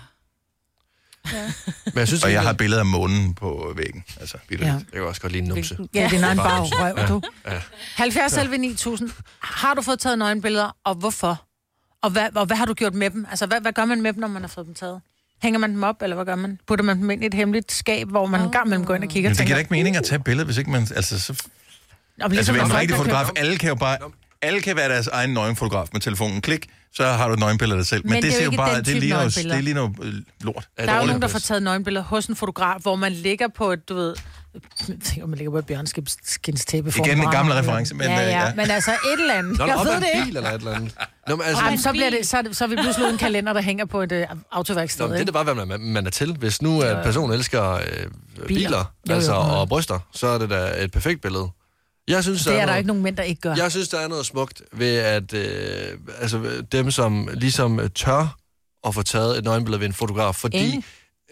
Men jeg synes, og jeg har billeder af månen på væggen. Altså, jeg kan også godt lide en numse. Ja, det er en bagrøv, du. 70 11 9000. Har du fået taget nøgenbilleder, og hvorfor? Og hvad har du gjort med dem? Altså, hvad gør man med dem, når man har fået dem taget? Hænger man dem op, eller hvad gør man? Putter man dem ind i et hemmeligt skab, hvor man en gang mellem går ind og kigger? Men det giver da ikke mening at tage billeder, hvis ikke man... Altså, så... Altså, en rigtig fotograf, alle kan være deres egen nøgenfotograf med telefonen. Klik, så har du et nøgenbillede af dig selv. Men det ser jo bare... Det er lige noget lort. Der er jo nogen, der får taget nøgenbilleder hos en fotograf, hvor man ligger på et, du ved... man ligger på et bjørnskindstæppe for. Igen en gammel reference, men... Ja, men altså et eller andet. Jeg ved det ikke. Eller et eller andet. Nå, men altså, så bliver det, så er vi pludselig en kalender, der hænger på et autoværksted. Det er det bare, hvad man er til. Hvis nu en person elsker biler altså, og bryster, så er det da et perfekt billede. Jeg synes, det er der ikke nogen mænd, der ikke gør. Jeg synes, der er noget smukt ved, at dem, som ligesom tør at få taget et nøgenbillede ved en fotograf, fordi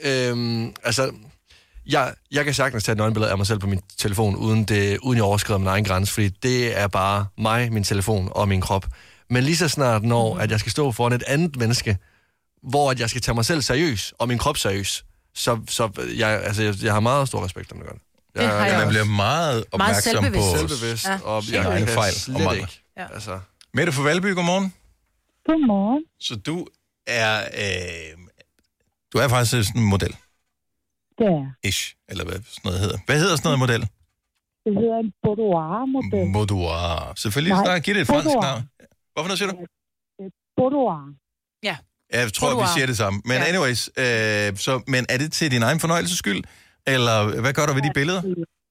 jeg kan sagtens tage et nøgenbillede af mig selv på min telefon, uden jeg overskrider min egen grænse, fordi det er bare mig, min telefon og min krop. Men lige så snart når, at jeg skal stå foran et andet menneske, hvor at jeg skal tage mig selv seriøs, og min krop seriøs, så jeg har meget stor respekt om det. Man bliver meget opmærksom på selvbevidst og jeg egen fejl og ikke. Ja. Altså. Mette fra Valby, godmorgen. Godmorgen. Så du er faktisk sådan en model. Det er. Ish, eller hvad sådan noget hedder. Hvad hedder sådan noget model? Det hedder en boudoir-model. Boudoir. Selvfølgelig. Giv det et fransk navn. Hvorfor noget siger du? Boudoir. Ja. Jeg tror, vi siger det samme. Men anyways, men er det til din egen fornøjelses skyld? Eller hvad gør du ved de billeder?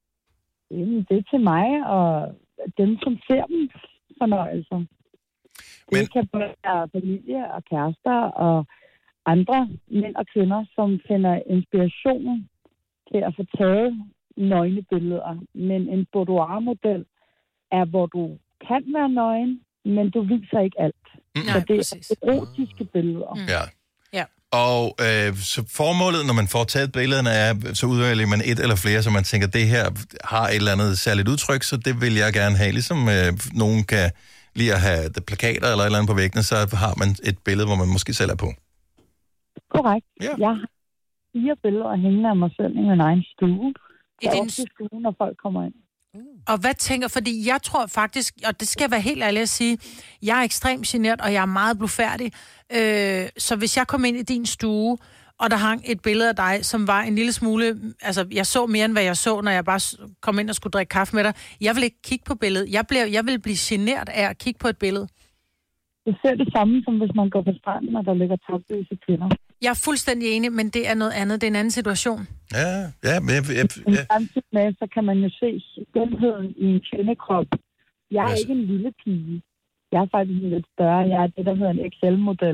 Det er til mig og dem, som ser dem fornøjelser. Det kan både være familie og kærester og andre mænd og kvinder, som finder inspiration til at få taget nøgnebilleder. Men en boudoir-model er, hvor du kan være nøgen, men du viser ikke alt. Så det er erotiske billeder. Ja. Og så formålet, når man får taget billederne, er, så udvælger man et eller flere, så man tænker, det her har et eller andet særligt udtryk, så det vil jeg gerne have. Ligesom nogen kan lide at have plakater eller et eller andet på væggene, så har man et billede, hvor man måske selv er på. Korrekt. Ja. Jeg har 4 billeder hængende af mig selv i min egen stue. I din stue, når folk kommer ind. Og hvad tænker, fordi jeg tror faktisk, og det skal jeg være helt ærlig at sige, jeg er ekstremt genert, og jeg er meget blufærdig. Så hvis jeg kom ind i din stue, og der hang et billede af dig, som var en lille smule, altså jeg så mere end hvad jeg så, når jeg bare kom ind og skulle drikke kaffe med dig. Jeg vil ikke kigge på billedet. Jeg vil blive genert af at kigge på et billede. Det ser det samme, som hvis man går på stranden, og der ligger topløse kvinder. Jeg er fuldstændig enig, men det er noget andet. Det er en anden situation. Men samtidig med, så kan man jo se skønheden i en kvindekrop. Jeg er ikke en lille pige. Jeg er faktisk lidt større. Jeg er det, der hedder en XL-model.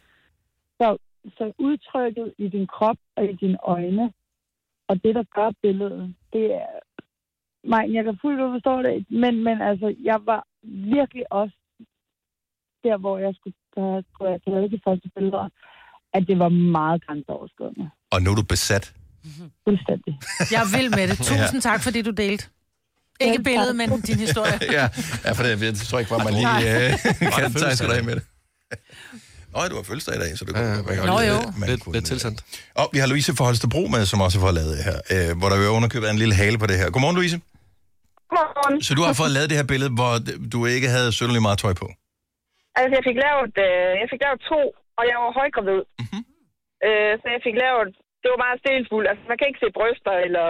Så udtrykket i din krop og i dine øjne, og det, der gør billedet, det er... Nej, jeg kan fuldt ud forstå det, men altså, jeg var virkelig også der, hvor jeg skulle tage de første billeder, at det var meget grænseoverskridende. Og nu er du besat. Fuldstændig. Jeg er vild med det. Tusind tak, fordi du delte. Ikke billedet, men din historie. ja, for det jeg tror ikke bare, man lige kan tage sig af med det. Nå, du har fødselsdag i dag, så det kunne lidt tilsendt. Og vi har Louise fra Holstebro med, som også får lavet det her, hvor der er underkøbet en lille hale på det her. Godmorgen, Louise. Godmorgen. Så du har fået lavet det her billede, hvor du ikke havde synderligt meget tøj på? Altså, jeg fik lavet 2, og jeg var højgravid. Mm-hmm. Så jeg fik lavet, det var meget stilfuldt. Altså, man kan ikke se bryster eller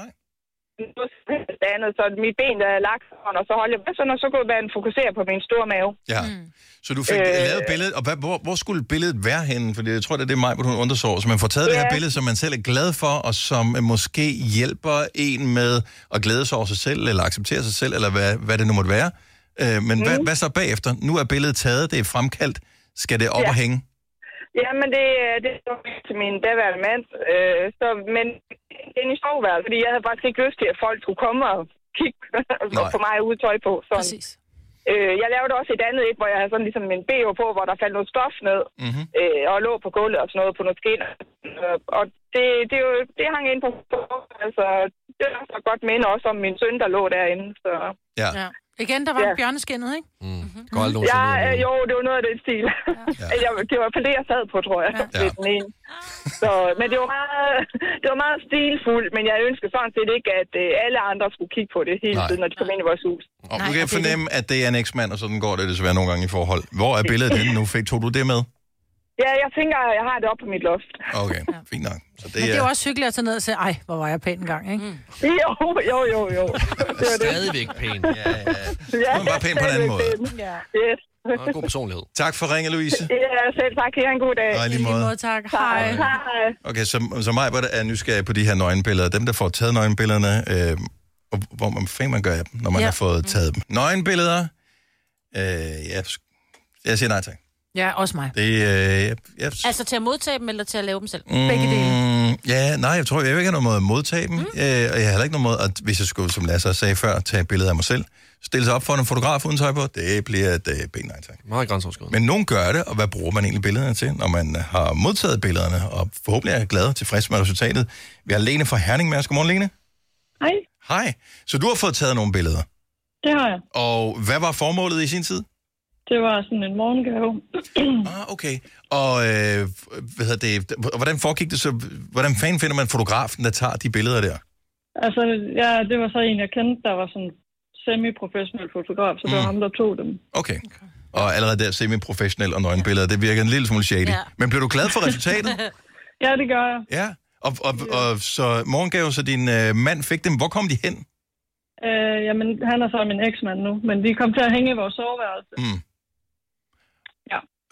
noget andet, så mit ben der er lagt, og så holdt jeg med sådan, og så kunne man fokusere på min store mave. Ja, så du fik lavet billedet, og hvor skulle billedet være henne? Fordi jeg tror, det er det, Maj, hun undersøger. Så man får taget det her billede, som man selv er glad for, og som måske hjælper en med at glæde sig over sig selv, eller acceptere sig selv, eller hvad det nu måtte være. Men hvad så bagefter? Nu er billedet taget, det er fremkaldt. Skal det op og hænge? Ja, men det var til min daværende mand. Men det er en soveværelse, fordi jeg havde faktisk ikke lyst til, at folk skulle komme og kigge på mig ude tøj på. Sådan. Præcis. Jeg lavede også et andet, hvor jeg havde sådan ligesom en BH på, hvor der faldt noget stof ned, og lå på gulvet og sådan noget på noget skinner. Og det hang ind på, altså det var så godt minde også om min søn, der lå derinde. Så. Ja. Igen, der var bjørneskinnet, ikke? Jo, det var noget af den stil. Ja. Det var det, jeg sad på, tror jeg. Ja. Den ene. Så, men det var meget stilfuldt, men jeg ønskede sådan set ikke, at alle andre skulle kigge på det hele tiden, når de kom ind i vores hus. Og du kan fornemme, at det er en eksmand, og sådan går det desværre nogle gange i forhold. Hvor er billedet henne nu? Tog du det med? Ja, jeg tænker, jeg har det oppe på mit loft. Okay, fint nok. Så men det er jo også hyggeligt at tage ned og sige, ej, hvor var jeg pæn engang, ikke? Jo. Det var stadigvæk pæn. Ja. Hun var pæn på en anden måde. Ja. Yes. Og en god personlighed. Tak for ringe, Louise. Ja, selv tak. Ha' en god dag. Og lige måde. Tak. Hej. Okay, så mig er nysgerrig på de her nøgenbilleder. Dem, der får taget nøgenbillederne, hvor man gør af dem, når man har fået taget dem. Nøgenbilleder, jeg siger nej tak. Ja, også mig. Altså til at modtage dem, eller til at lave dem selv? Begge dele. Ja, nej, jeg tror, jeg vil ikke have noget måde at modtage dem. Og jeg har heller ikke noget måde, at hvis jeg skulle, som Lasse sagde før, tage et billede af mig selv, stille sig op for en fotograf uden tøj på, det bliver et ben nej tak. Meget grænseoverskridende. Men nogen gør det, og hvad bruger man egentlig billederne til, når man har modtaget billederne, og forhåbentlig er glad og tilfreds med resultatet. Vi har Lene fra Herning med os. Godmorgen, Lene. Hej. Hej. Så du har fået taget nogle billeder? Det har jeg. Og hvad var formålet i sin tid? Det var sådan en morgengave. Okay. Og hvordan foregik det så? Hvordan fanden finder man fotografen, der tager de billeder der? Altså, ja, det var så en, jeg kendte, der var sådan semi-professionel fotograf, så det var ham, der tog dem. Okay. Og allerede der semi-professionel og nøgenbilleder, det virker en lille smule shady. Ja. Men blev du glad for resultatet? Ja, det gør jeg. Ja. Og så morgengave, så din mand fik dem. Hvor kom de hen? Jamen, han er så min eksmand nu, men de kom til at hænge i vores soveværelse. Mm. Ja.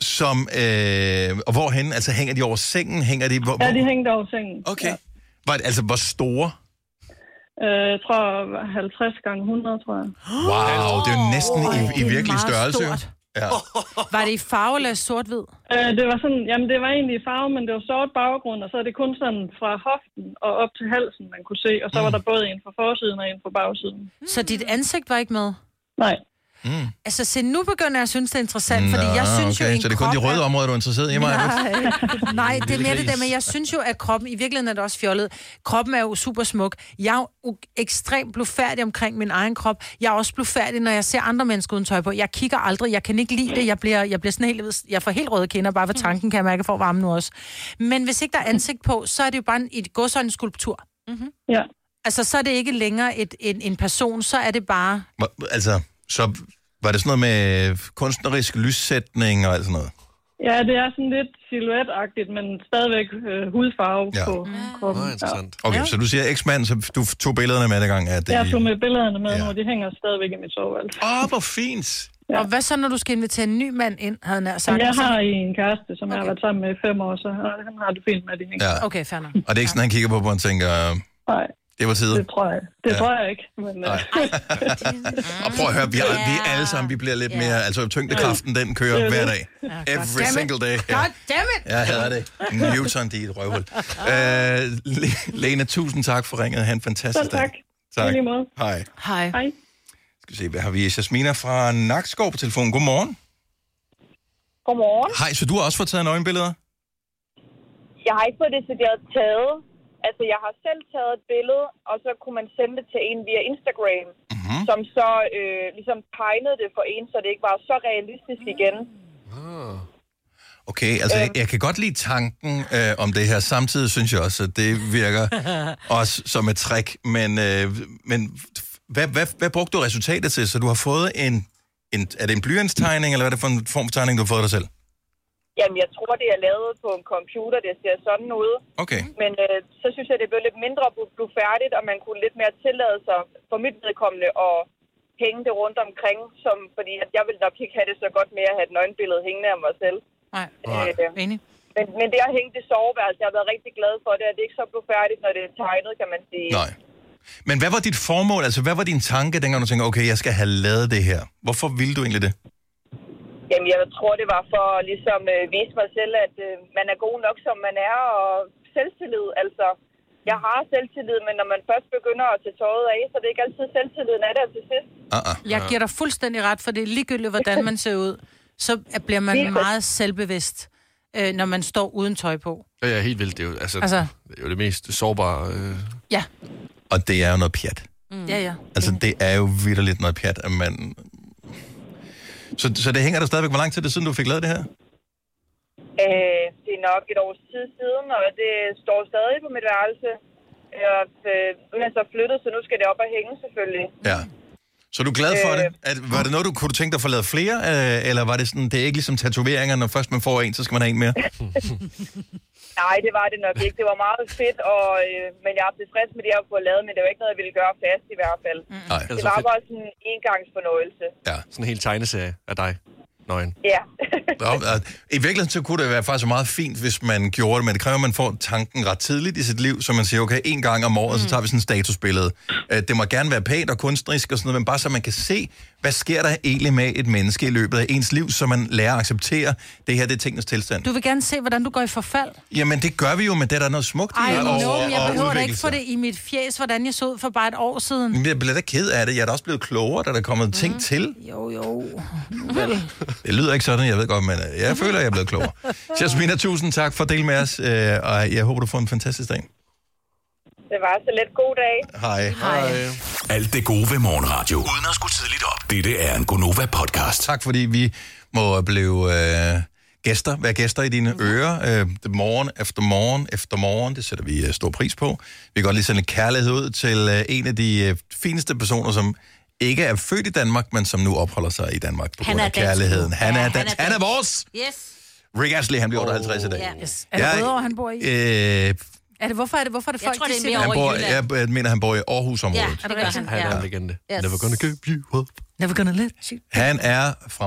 Som, og hvorhen? Altså hænger de over sengen? Hænger de, Ja, de hængte over sengen. Okay. Ja. Altså, hvor store? Jeg tror 50 gange 100, tror jeg. Wow, det er jo næsten i virkelig størrelse. Ja. Var det i farve eller sort-hvid? Det var sådan, jamen det var egentlig i farve, men det var sort baggrund, og så er det kun sådan fra hoften og op til halsen, man kunne se. Og så var der både en fra forsiden og en fra bagsiden. Så dit ansigt var ikke med? Nej. Altså, se, nu begynder jeg at synes, det er interessant, fordi jeg synes jo, så det er kun de røde områder, du er interesseret i mig? Nej, det er mere det der, men jeg synes jo, at kroppen, i virkeligheden er det også fjollet, kroppen er jo super smuk. Jeg er jo ekstremt blufærdig omkring min egen krop. Jeg er også blufærdig, når jeg ser andre mennesker uden tøj på. Jeg kigger aldrig, jeg kan ikke lide det, jeg bliver sådan helt, jeg får helt røde kinder, bare ved tanken kan jeg mærke, for varme nu også. Men hvis ikke der er ansigt på, så er det jo bare et godsøjne skulptur. Ja. Altså, så er det ikke længere en person, så er det bare... Altså, så var det sådan noget med kunstnerisk lyssætning og alt sådan noget? Ja, det er sådan lidt silhuetagtigt, men stadigvæk hudfarve på kroppen. Interessant. Okay, så du siger eksmand, så du tog billederne med gang? Jeg tog med billederne med nu, de hænger stadigvæk i mit soveværelse. Hvor fint! Ja. Og hvad så, når du skal invitere en ny mand ind, havde jeg sagt? Jeg har en kæreste, som jeg har været sammen med i 5 år, så han har det fint med det. Ja. Okay, fair nok. Og det er ikke sådan, han kigger på, og han tænker... Nej. Det var tid. Det tror jeg ikke. Men, og prøv at høre, vi alle sammen, vi bliver lidt mere... Altså, tyngdekraften, den kører hver dag. Every single day. God damn it! Jeg hader det. Newton, de er et røvhul. Lene, tusind tak for ringet. Ha' en fantastisk dag. Tak. Hej. Hej. Skal vi se, hvad har vi? Jasmina fra Nakskov på telefonen. Godmorgen. Godmorgen. Hej, så du har også fået taget nøgenbilleder? Jeg har ikke fået det taget. Altså, jeg har selv taget et billede, og så kunne man sende det til en via Instagram, som så ligesom tegnede det for en, så det ikke var så realistisk igen. Okay, altså jeg kan godt lide tanken om det her. Samtidig synes jeg også, at det virker også som et trick. Men hvad brugte du resultatet til? Så du har fået er det en blyantstegning, eller hvad er det for en form for tegning, du har fået dig selv? Jamen, jeg tror, det er lavet på en computer, det ser sådan ud. Okay. Men så synes jeg, det blev lidt mindre blufærdigt, og man kunne lidt mere tillade sig for mit vedkommende at hænge det rundt omkring, fordi at jeg ville nok ikke have det så godt med at have et nøgenbillede hængende af mig selv. Nej, enig. Men det at hænge det soveværelse, jeg har været rigtig glad for det, og det er ikke så blufærdigt, når det er tegnet, kan man sige. Nej. Men hvad var dit formål? Altså, hvad var din tanke, dengang du tænkte, okay, jeg skal have lavet det her? Hvorfor ville du egentlig det? Jamen, jeg tror, det var for at ligesom vise mig selv, at man er god nok, som man er, og selvtillid. Altså, jeg har selvtillid, men når man først begynder at tage tøjet af, så det er ikke altid selvtilliden er der til sidst. Jeg giver dig fuldstændig ret, for det er ligegyldigt, hvordan man ser ud. Så bliver man meget selvbevidst, når man står uden tøj på. Ja, ja, helt vildt. Det er jo, det er jo det mest sårbare. Ja. Og det er jo noget pjat. Ja. Altså, det er jo vitterligt noget pjat, at man... Så det hænger der stadigvæk. Hvor lang tid er det siden, du fik lavet det her? Det er nok et års tid siden, og det står stadig på mit værelse. Nu er jeg så flyttet, så nu skal det op og hænge selvfølgelig. Ja. Så er du glad for det? Var det noget, kunne du tænke dig at få lavet flere? Eller var det sådan, det er ikke ligesom tatoveringer, når først man får en, så skal man have en mere? Nej, det var det nok ikke. Det var meget fedt, men jeg er tilfreds med det, jeg har fået lavet, men det var ikke noget, jeg ville gøre fast i hvert fald. Nej. Det var bare sådan en engangsfornøjelse. Ja, sådan en hel tegneserie af dig. Nøgen. Ja. I virkeligheden så kunne det være faktisk meget fint, hvis man gjorde det, men det kræver, at man får tanken ret tidligt i sit liv, så man siger, okay, en gang om året, så tager vi sådan en statusbillede. Det må gerne være pænt og kunstnerisk og sådan noget, men bare så man kan se, hvad sker der egentlig med et menneske i løbet af ens liv, så man lærer at acceptere, det her, det er tingens tilstand. Du vil gerne se, hvordan du går i forfald? Jamen, det gør vi jo, men det er der noget smukt i. Jeg behøver da ikke få det i mit fjes, hvordan jeg så ud for bare et år siden. Men jeg bliver da ked af det. Jeg er da også blevet klogere, da der er kommet ting til. Jo. Det lyder ikke sådan, jeg ved godt, men jeg føler, jeg er blevet klogere. Jasmina, tusind tak for at dele med os, og jeg håber, du får en fantastisk dag. Det var så lidt god dag. Hej. Alt det gode ved morgenradio, uden at skulle tidligt op. Dette er en Gonova-podcast. Tak, fordi vi må blive være gæster i dine ører. Morgen efter morgen. Det sætter vi stor pris på. Vi kan godt lige sende lidt kærlighed ud til en af de fineste personer, som ikke er født i Danmark, men som nu opholder sig i Danmark på grund af kærligheden. Han er vores! Yes. Rick Astley, han bliver 58 i dag. Yes. Er det Rødovre, han bor i? Hvorfor er det folk, jeg tror, det er mere over i Jylland. Jeg mener, han bor i Aarhus-området. Ja, det gør han. Han er en legende. Never gonna give you up. Never gonna let you. Han er fremragende.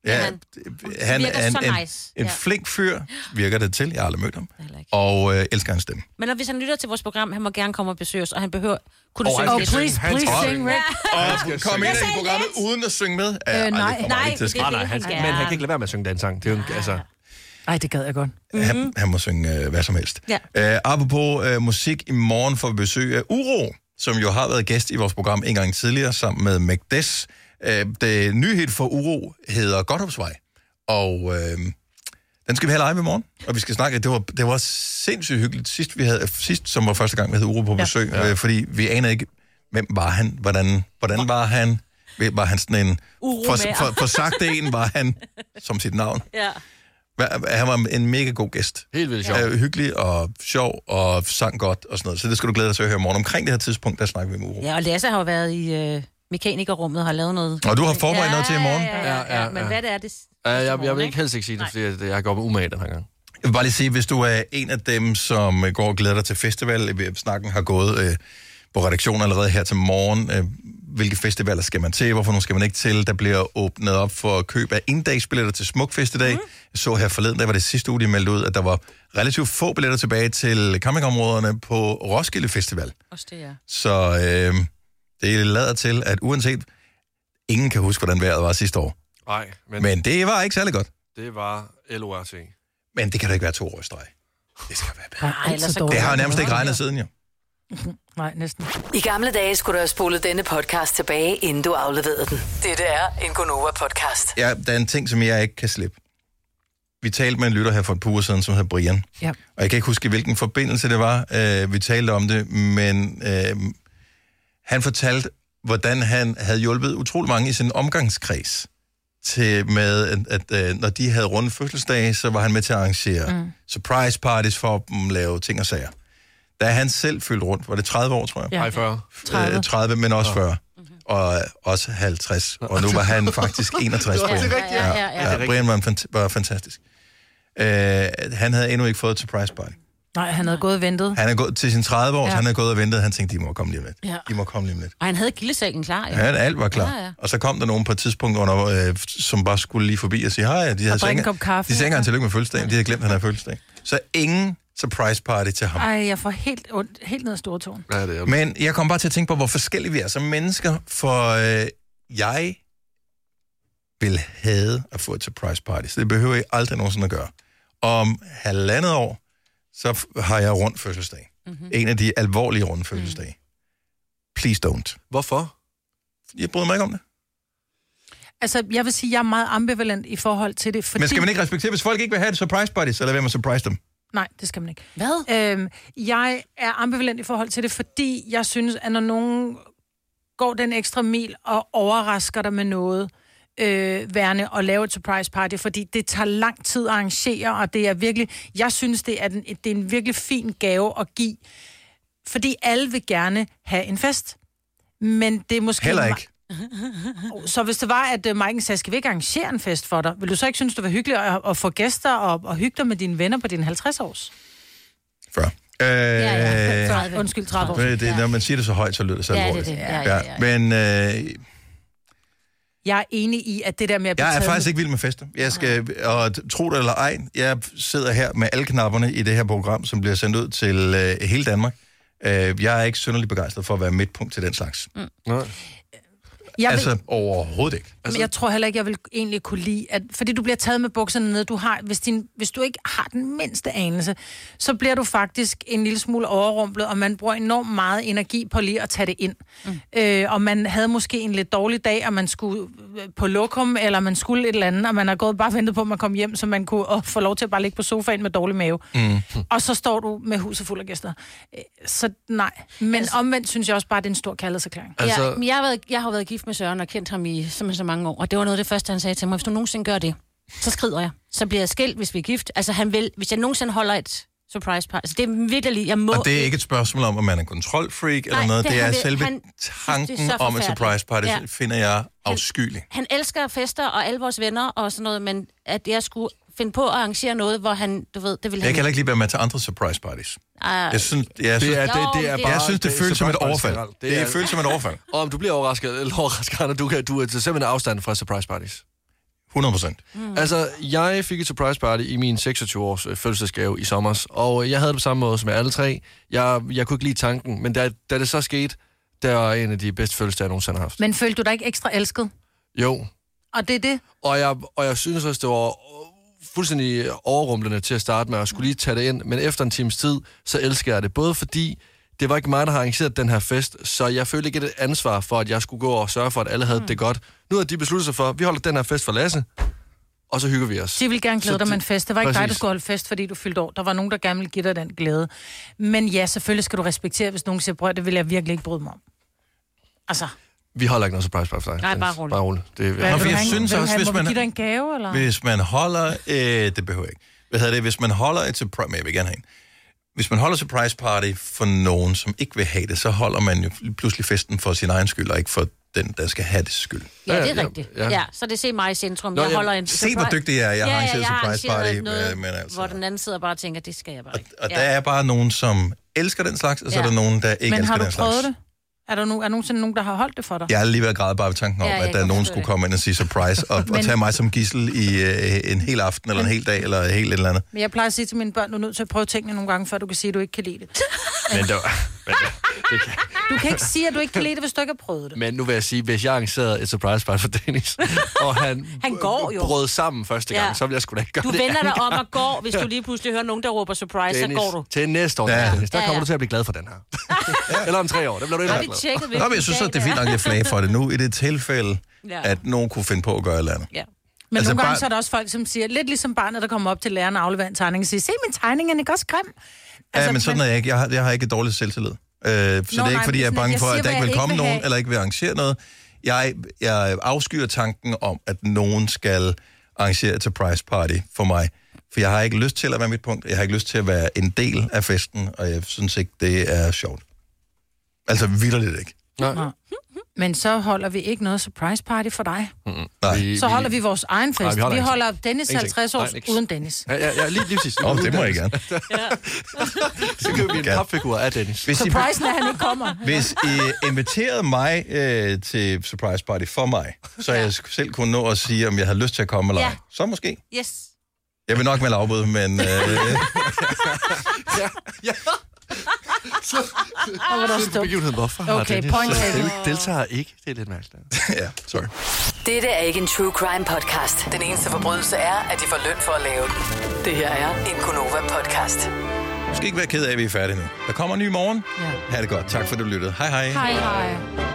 Ja, han virker er så nice. en flink fyr, virker det til. Jeg har aldrig mødt ham. Og elsker hans stemme. Men hvis han lytter til vores program, han må gerne komme og besøge os, og han behøver... Kunne du synge please sing, Rick. Og kom ind i programmet uden at synge med. Nej, men han kan ikke lade være med at synge den sang. Det er jo, altså... Ej, det gad jeg godt. Han må synge hvad som helst. Ja. Apropos musik, i morgen får vi besøg af Uro, som jo har været gæst i vores program en gang tidligere, sammen med Magdes. Det nye hit for Uro hedder Godthåbsvej, og den skal vi have live i morgen, og vi skal snakke. Det var sindssygt hyggeligt sidst, som var første gang, vi havde Uro på besøg, fordi vi anede ikke, hvem var han, hvordan var han, var han sådan en, for sagt en, var han som sit navn. Ja. Han var en mega god gæst. Helt vildt sjov. Hyggelig og sjov og sang godt og sådan noget, så det skal du glæde dig til at høre i morgen. Omkring det her tidspunkt, der snakker vi med Uro. Ja, og Lasse har jo været i mekanikerrummet og har lavet noget... Og du har forberedt noget til i morgen? Ja, men hvad det er det? Jeg vil ikke helst ikke sige det, fordi jeg går på umage den her gang. Jeg vil bare lige sige, hvis du er en af dem, som går og glæder dig til festival, snakken har gået på redaktionen allerede her til morgen, hvilke festivaler skal man til, hvorfor nu skal man ikke til, der bliver åbnet op for køb af endagsbilletter til Smukfest i dag. Jeg så her forleden, der var det sidste uge, de meldte ud, at der var relativt få billetter tilbage til campingområderne på Roskilde Festival. Også det, ja. Så det lader til, at uanset, ingen kan huske, hvordan vejret var sidste år. Nej. Men det var ikke særlig godt. Det var LORT. Men det kan da ikke være 2 år i streg. Det skal være bedre. Det har jo nærmest ikke regnet siden, jo. Nej, næsten. I gamle dage skulle du have spolet denne podcast tilbage, inden du afleverede den. Dette er en Gonova-podcast. Ja, der er en ting, som jeg ikke kan slippe. Vi talte med en lytter her for et par uger siden, som hedder Brian. Ja. Og jeg kan ikke huske, hvilken forbindelse det var. Vi talte om det, men han fortalte, hvordan han havde hjulpet utrolig mange i sin omgangskreds med, at når de havde runde fødselsdage, så var han med til at arrangere surprise parties for dem, lave ting og sager. Da han selv fyldte rundt, var det 30 år, tror jeg? Ja. 40. 30, men også 40. Og også 50. Og nu var han faktisk 61. Ja. Brian var fantastisk. Han havde endnu ikke fået et surprise party. Nej, han havde gået og ventet. Han er gået til sin 30 år, så han havde gået og ventet. Han tænkte, de må komme lige om lidt. Ja. De må komme lige om lidt. Og han havde gildesækken klar, ja. Alt var klar. Ja. Og så kom der nogen på et tidspunkt, som bare skulle lige forbi og sige hej. De havde ikke engang tillykke med fødselsdagen. De havde glemt, at han havde fødselsdag. Så ingen surprise party til ham. Ej, jeg får helt ned ad stortåen. Ja, det er. Men jeg kom bare til at tænke på, hvor forskellige vi er som mennesker, for jeg vil have at få et surprise party, så det behøver jeg aldrig nogensinde at gøre. Om 1,5 år, så har jeg rundt fødselsdag. En af de alvorlige runde fødselsdage. Please don't. Hvorfor? Jeg bryder mig ikke om det. Altså, jeg vil sige, jeg er meget ambivalent i forhold til det, fordi... Men skal man ikke respektere, hvis folk ikke vil have et surprise party, så lad være med at surprise dem? Nej, det skal man ikke. Hvad? Jeg er ambivalent i forhold til det, fordi jeg synes, at når nogen går den ekstra mil og overrasker dig med noget, værende og lave et surprise party, fordi det tager lang tid at arrangere, og det er virkelig... Jeg synes, det er en virkelig fin gave at give, fordi alle vil gerne have en fest. Men det er måske... Heller ikke. Så hvis det var, at Maiken sagde, skal vi ikke arrangere en fest for dig, vil du så ikke synes, det var hyggeligt at få gæster og hygge dig med dine venner på din 50-års? 40. Ja. Undskyld, 30 år. Når man siger det så højt, så lyder det så alvorligt. Ja. Men... Jeg er enig i, at det der med at blive jeg er faktisk ikke vild med fester. Jeg skal, og tro det eller ej, jeg sidder her med alle knapperne i det her program, som bliver sendt ud til hele Danmark. Jeg er ikke synderligt begejstret for at være midtpunkt til den slags. Overhovedet ikke. Men jeg tror heller ikke, jeg vil egentlig kunne lide, at fordi du bliver taget med bukserne ned, hvis du ikke har den mindste anelse, så bliver du faktisk en lille smule overrumplet, og man bruger enormt meget energi på lige at tage det ind. Og man havde måske en lidt dårlig dag, og man skulle på lokum, eller man skulle et eller andet, og man har gået bare ventet på, at man kom hjem, så man kunne få lov til at bare ligge på sofaen med dårlig mave. Og så står du med huset fuld af gæster. Så nej. Men omvendt synes jeg også bare, det er en stor kærlighedserklæring. Jeg har været gift med Søren og kendt ham i simpelthen så mange år, og det var noget af det første, han sagde til mig, hvis du nogensinde gør det, så skrider jeg. Så bliver jeg skilt, hvis vi er gift. Altså han vil, hvis jeg nogensinde holder et surprise party, altså det er virkelig, jeg må... Og det er ikke et spørgsmål om, at man er kontrolfreak eller noget, det er selve tanken om et surprise party, finder jeg afskyelig. Han elsker fester og alle vores venner og sådan noget, men at jeg skulle finde på at arrangere noget, hvor han, du ved, det ville... Jeg kan ikke lige være med til andre surprise parties. Jeg synes, det føles som et overfald. Det føles som et overfald. Og om du bliver overrasket, eller når du er til simpelthen afstand fra surprise parties. 100%. Altså, jeg fik et surprise party i min 26-års fødselsdagsgave i sommer, og jeg havde det på samme måde som alle tre. Jeg kunne ikke lide tanken, men da det så skete, det var en af de bedste fødselsdage, jeg nogensinde har haft. Men følte du dig ikke ekstra elsket? Jo. Og det er det? Og jeg synes også, det var fuldstændig overrumplende til at starte med, at skulle lige tage det ind, men efter en times tid, så elsker jeg det. Både fordi, det var ikke mig, der har arrangeret den her fest, så jeg følte ikke et ansvar for, at jeg skulle gå og sørge for, at alle havde det godt. Nu har de besluttet sig for, at vi holder den her fest for Lasse, og så hygger vi os. De ville gerne glæde dig med en fest. Det var ikke dig, der skulle holde fest, fordi du fyldte år. Der var nogen, der gerne ville give dig den glæde. Men ja, selvfølgelig skal du respektere, hvis nogen siger, brød, det vil jeg virkelig ikke bryde mig om. Altså... Vi holder ikke noget surprise party for dig. Nej, bare roligt. Det er give dig en gave, eller? Hvis man holder... det behøver jeg ikke. Hvis man holder et surprise... Men jeg vil gerne have en. Hvis man holder surprise party for nogen, som ikke vil have det, så holder man jo pludselig festen for sin egen skyld, og ikke for den, der skal have det skyld. Ja, det er rigtigt. Ja, så det ser mig i centrum. Jeg holder en se, hvor dygtig jeg er. Jeg har arrangeret surprise party. Men altså... Hvor den anden sidder bare og tænker, det skal jeg bare ikke. Og der er bare nogen, som elsker den slags, og så er der nogen, der ikke elsker den slags. Men har du prøvet det? Er der nogensinde nogen, der har holdt det for dig? Jeg er lige ved at græde bare ved tanken om, at der nogen skulle komme ind og sige surprise, og tage mig som gidsel i en hel aften, eller en hel dag, eller et helt eller andet. Men jeg plejer at sige til mine børn, du er nødt til at prøve tingene nogle gange, før du kan sige, at du ikke kan lide det. Du kan ikke sige, at du ikke kan lide det, hvis du ikke har prøvet det. Men nu vil jeg sige, hvis jeg arrangerede et surprise party for Dennis, og han går jo. brød sammen første gang, så vil jeg sgu da ikke gøre det. Du vender dig om og går, hvis du lige pludselig hører nogen, der råber surprise, Dennis, så går du. Til næste år, Dennis, der kommer du til at blive glad for den her. Eller om 3 år, der bliver du endnu glad. Nå, men jeg synes, at det er fint nok lidt flag for det nu, i det tilfælde, at nogen kunne finde på at gøre et eller andet. Ja. Men altså nogle gange så er der også folk, som siger, lidt ligesom barnet, der kommer op til læreren og afleverer en tegning og siger, se min tegning, er ikke også grim? Altså, ja, men sådan er jeg ikke. Jeg har ikke et dårligt selvtillid. Så det er ikke, fordi jeg er bange for, at der ikke vil komme nogen, eller ikke vil arrangere noget. Jeg afskyer tanken om, at nogen skal arrangere et surprise party for mig. For jeg har ikke lyst til at være mit punkt. Jeg har ikke lyst til at være en del af festen, og jeg synes ikke, det er sjovt. Altså, vitterligt ikke. Nej. Men så holder vi ikke noget surprise party for dig. Nej. Så holder vi vores egen fest. Vi holder Dennis 50 år uden Dennis. Ja, lige præcis. Det må jeg gerne. Så køber vi en papfigur af Dennis. Surprisen er, at han ikke kommer. Hvis I inviterede mig til surprise party for mig, så jeg selv kunne nå at sige, om jeg havde lyst til at komme eller ej. Så måske. Yes. Jeg vil nok melde afbud, men... Hvorfor okay, point taken. Deltager ikke. Det er lidt mærkeligt. Ja, sorry. Dette er ikke en true crime podcast. Den eneste forbrydelse er, at de får løn for at lave den. Det her er en Gonova-podcast. Du skal ikke være ked af, at vi er færdige nu. Der kommer en ny morgen. Ja. Ha' det godt. Tak for, at du lyttede. Hej hej. Hej hej.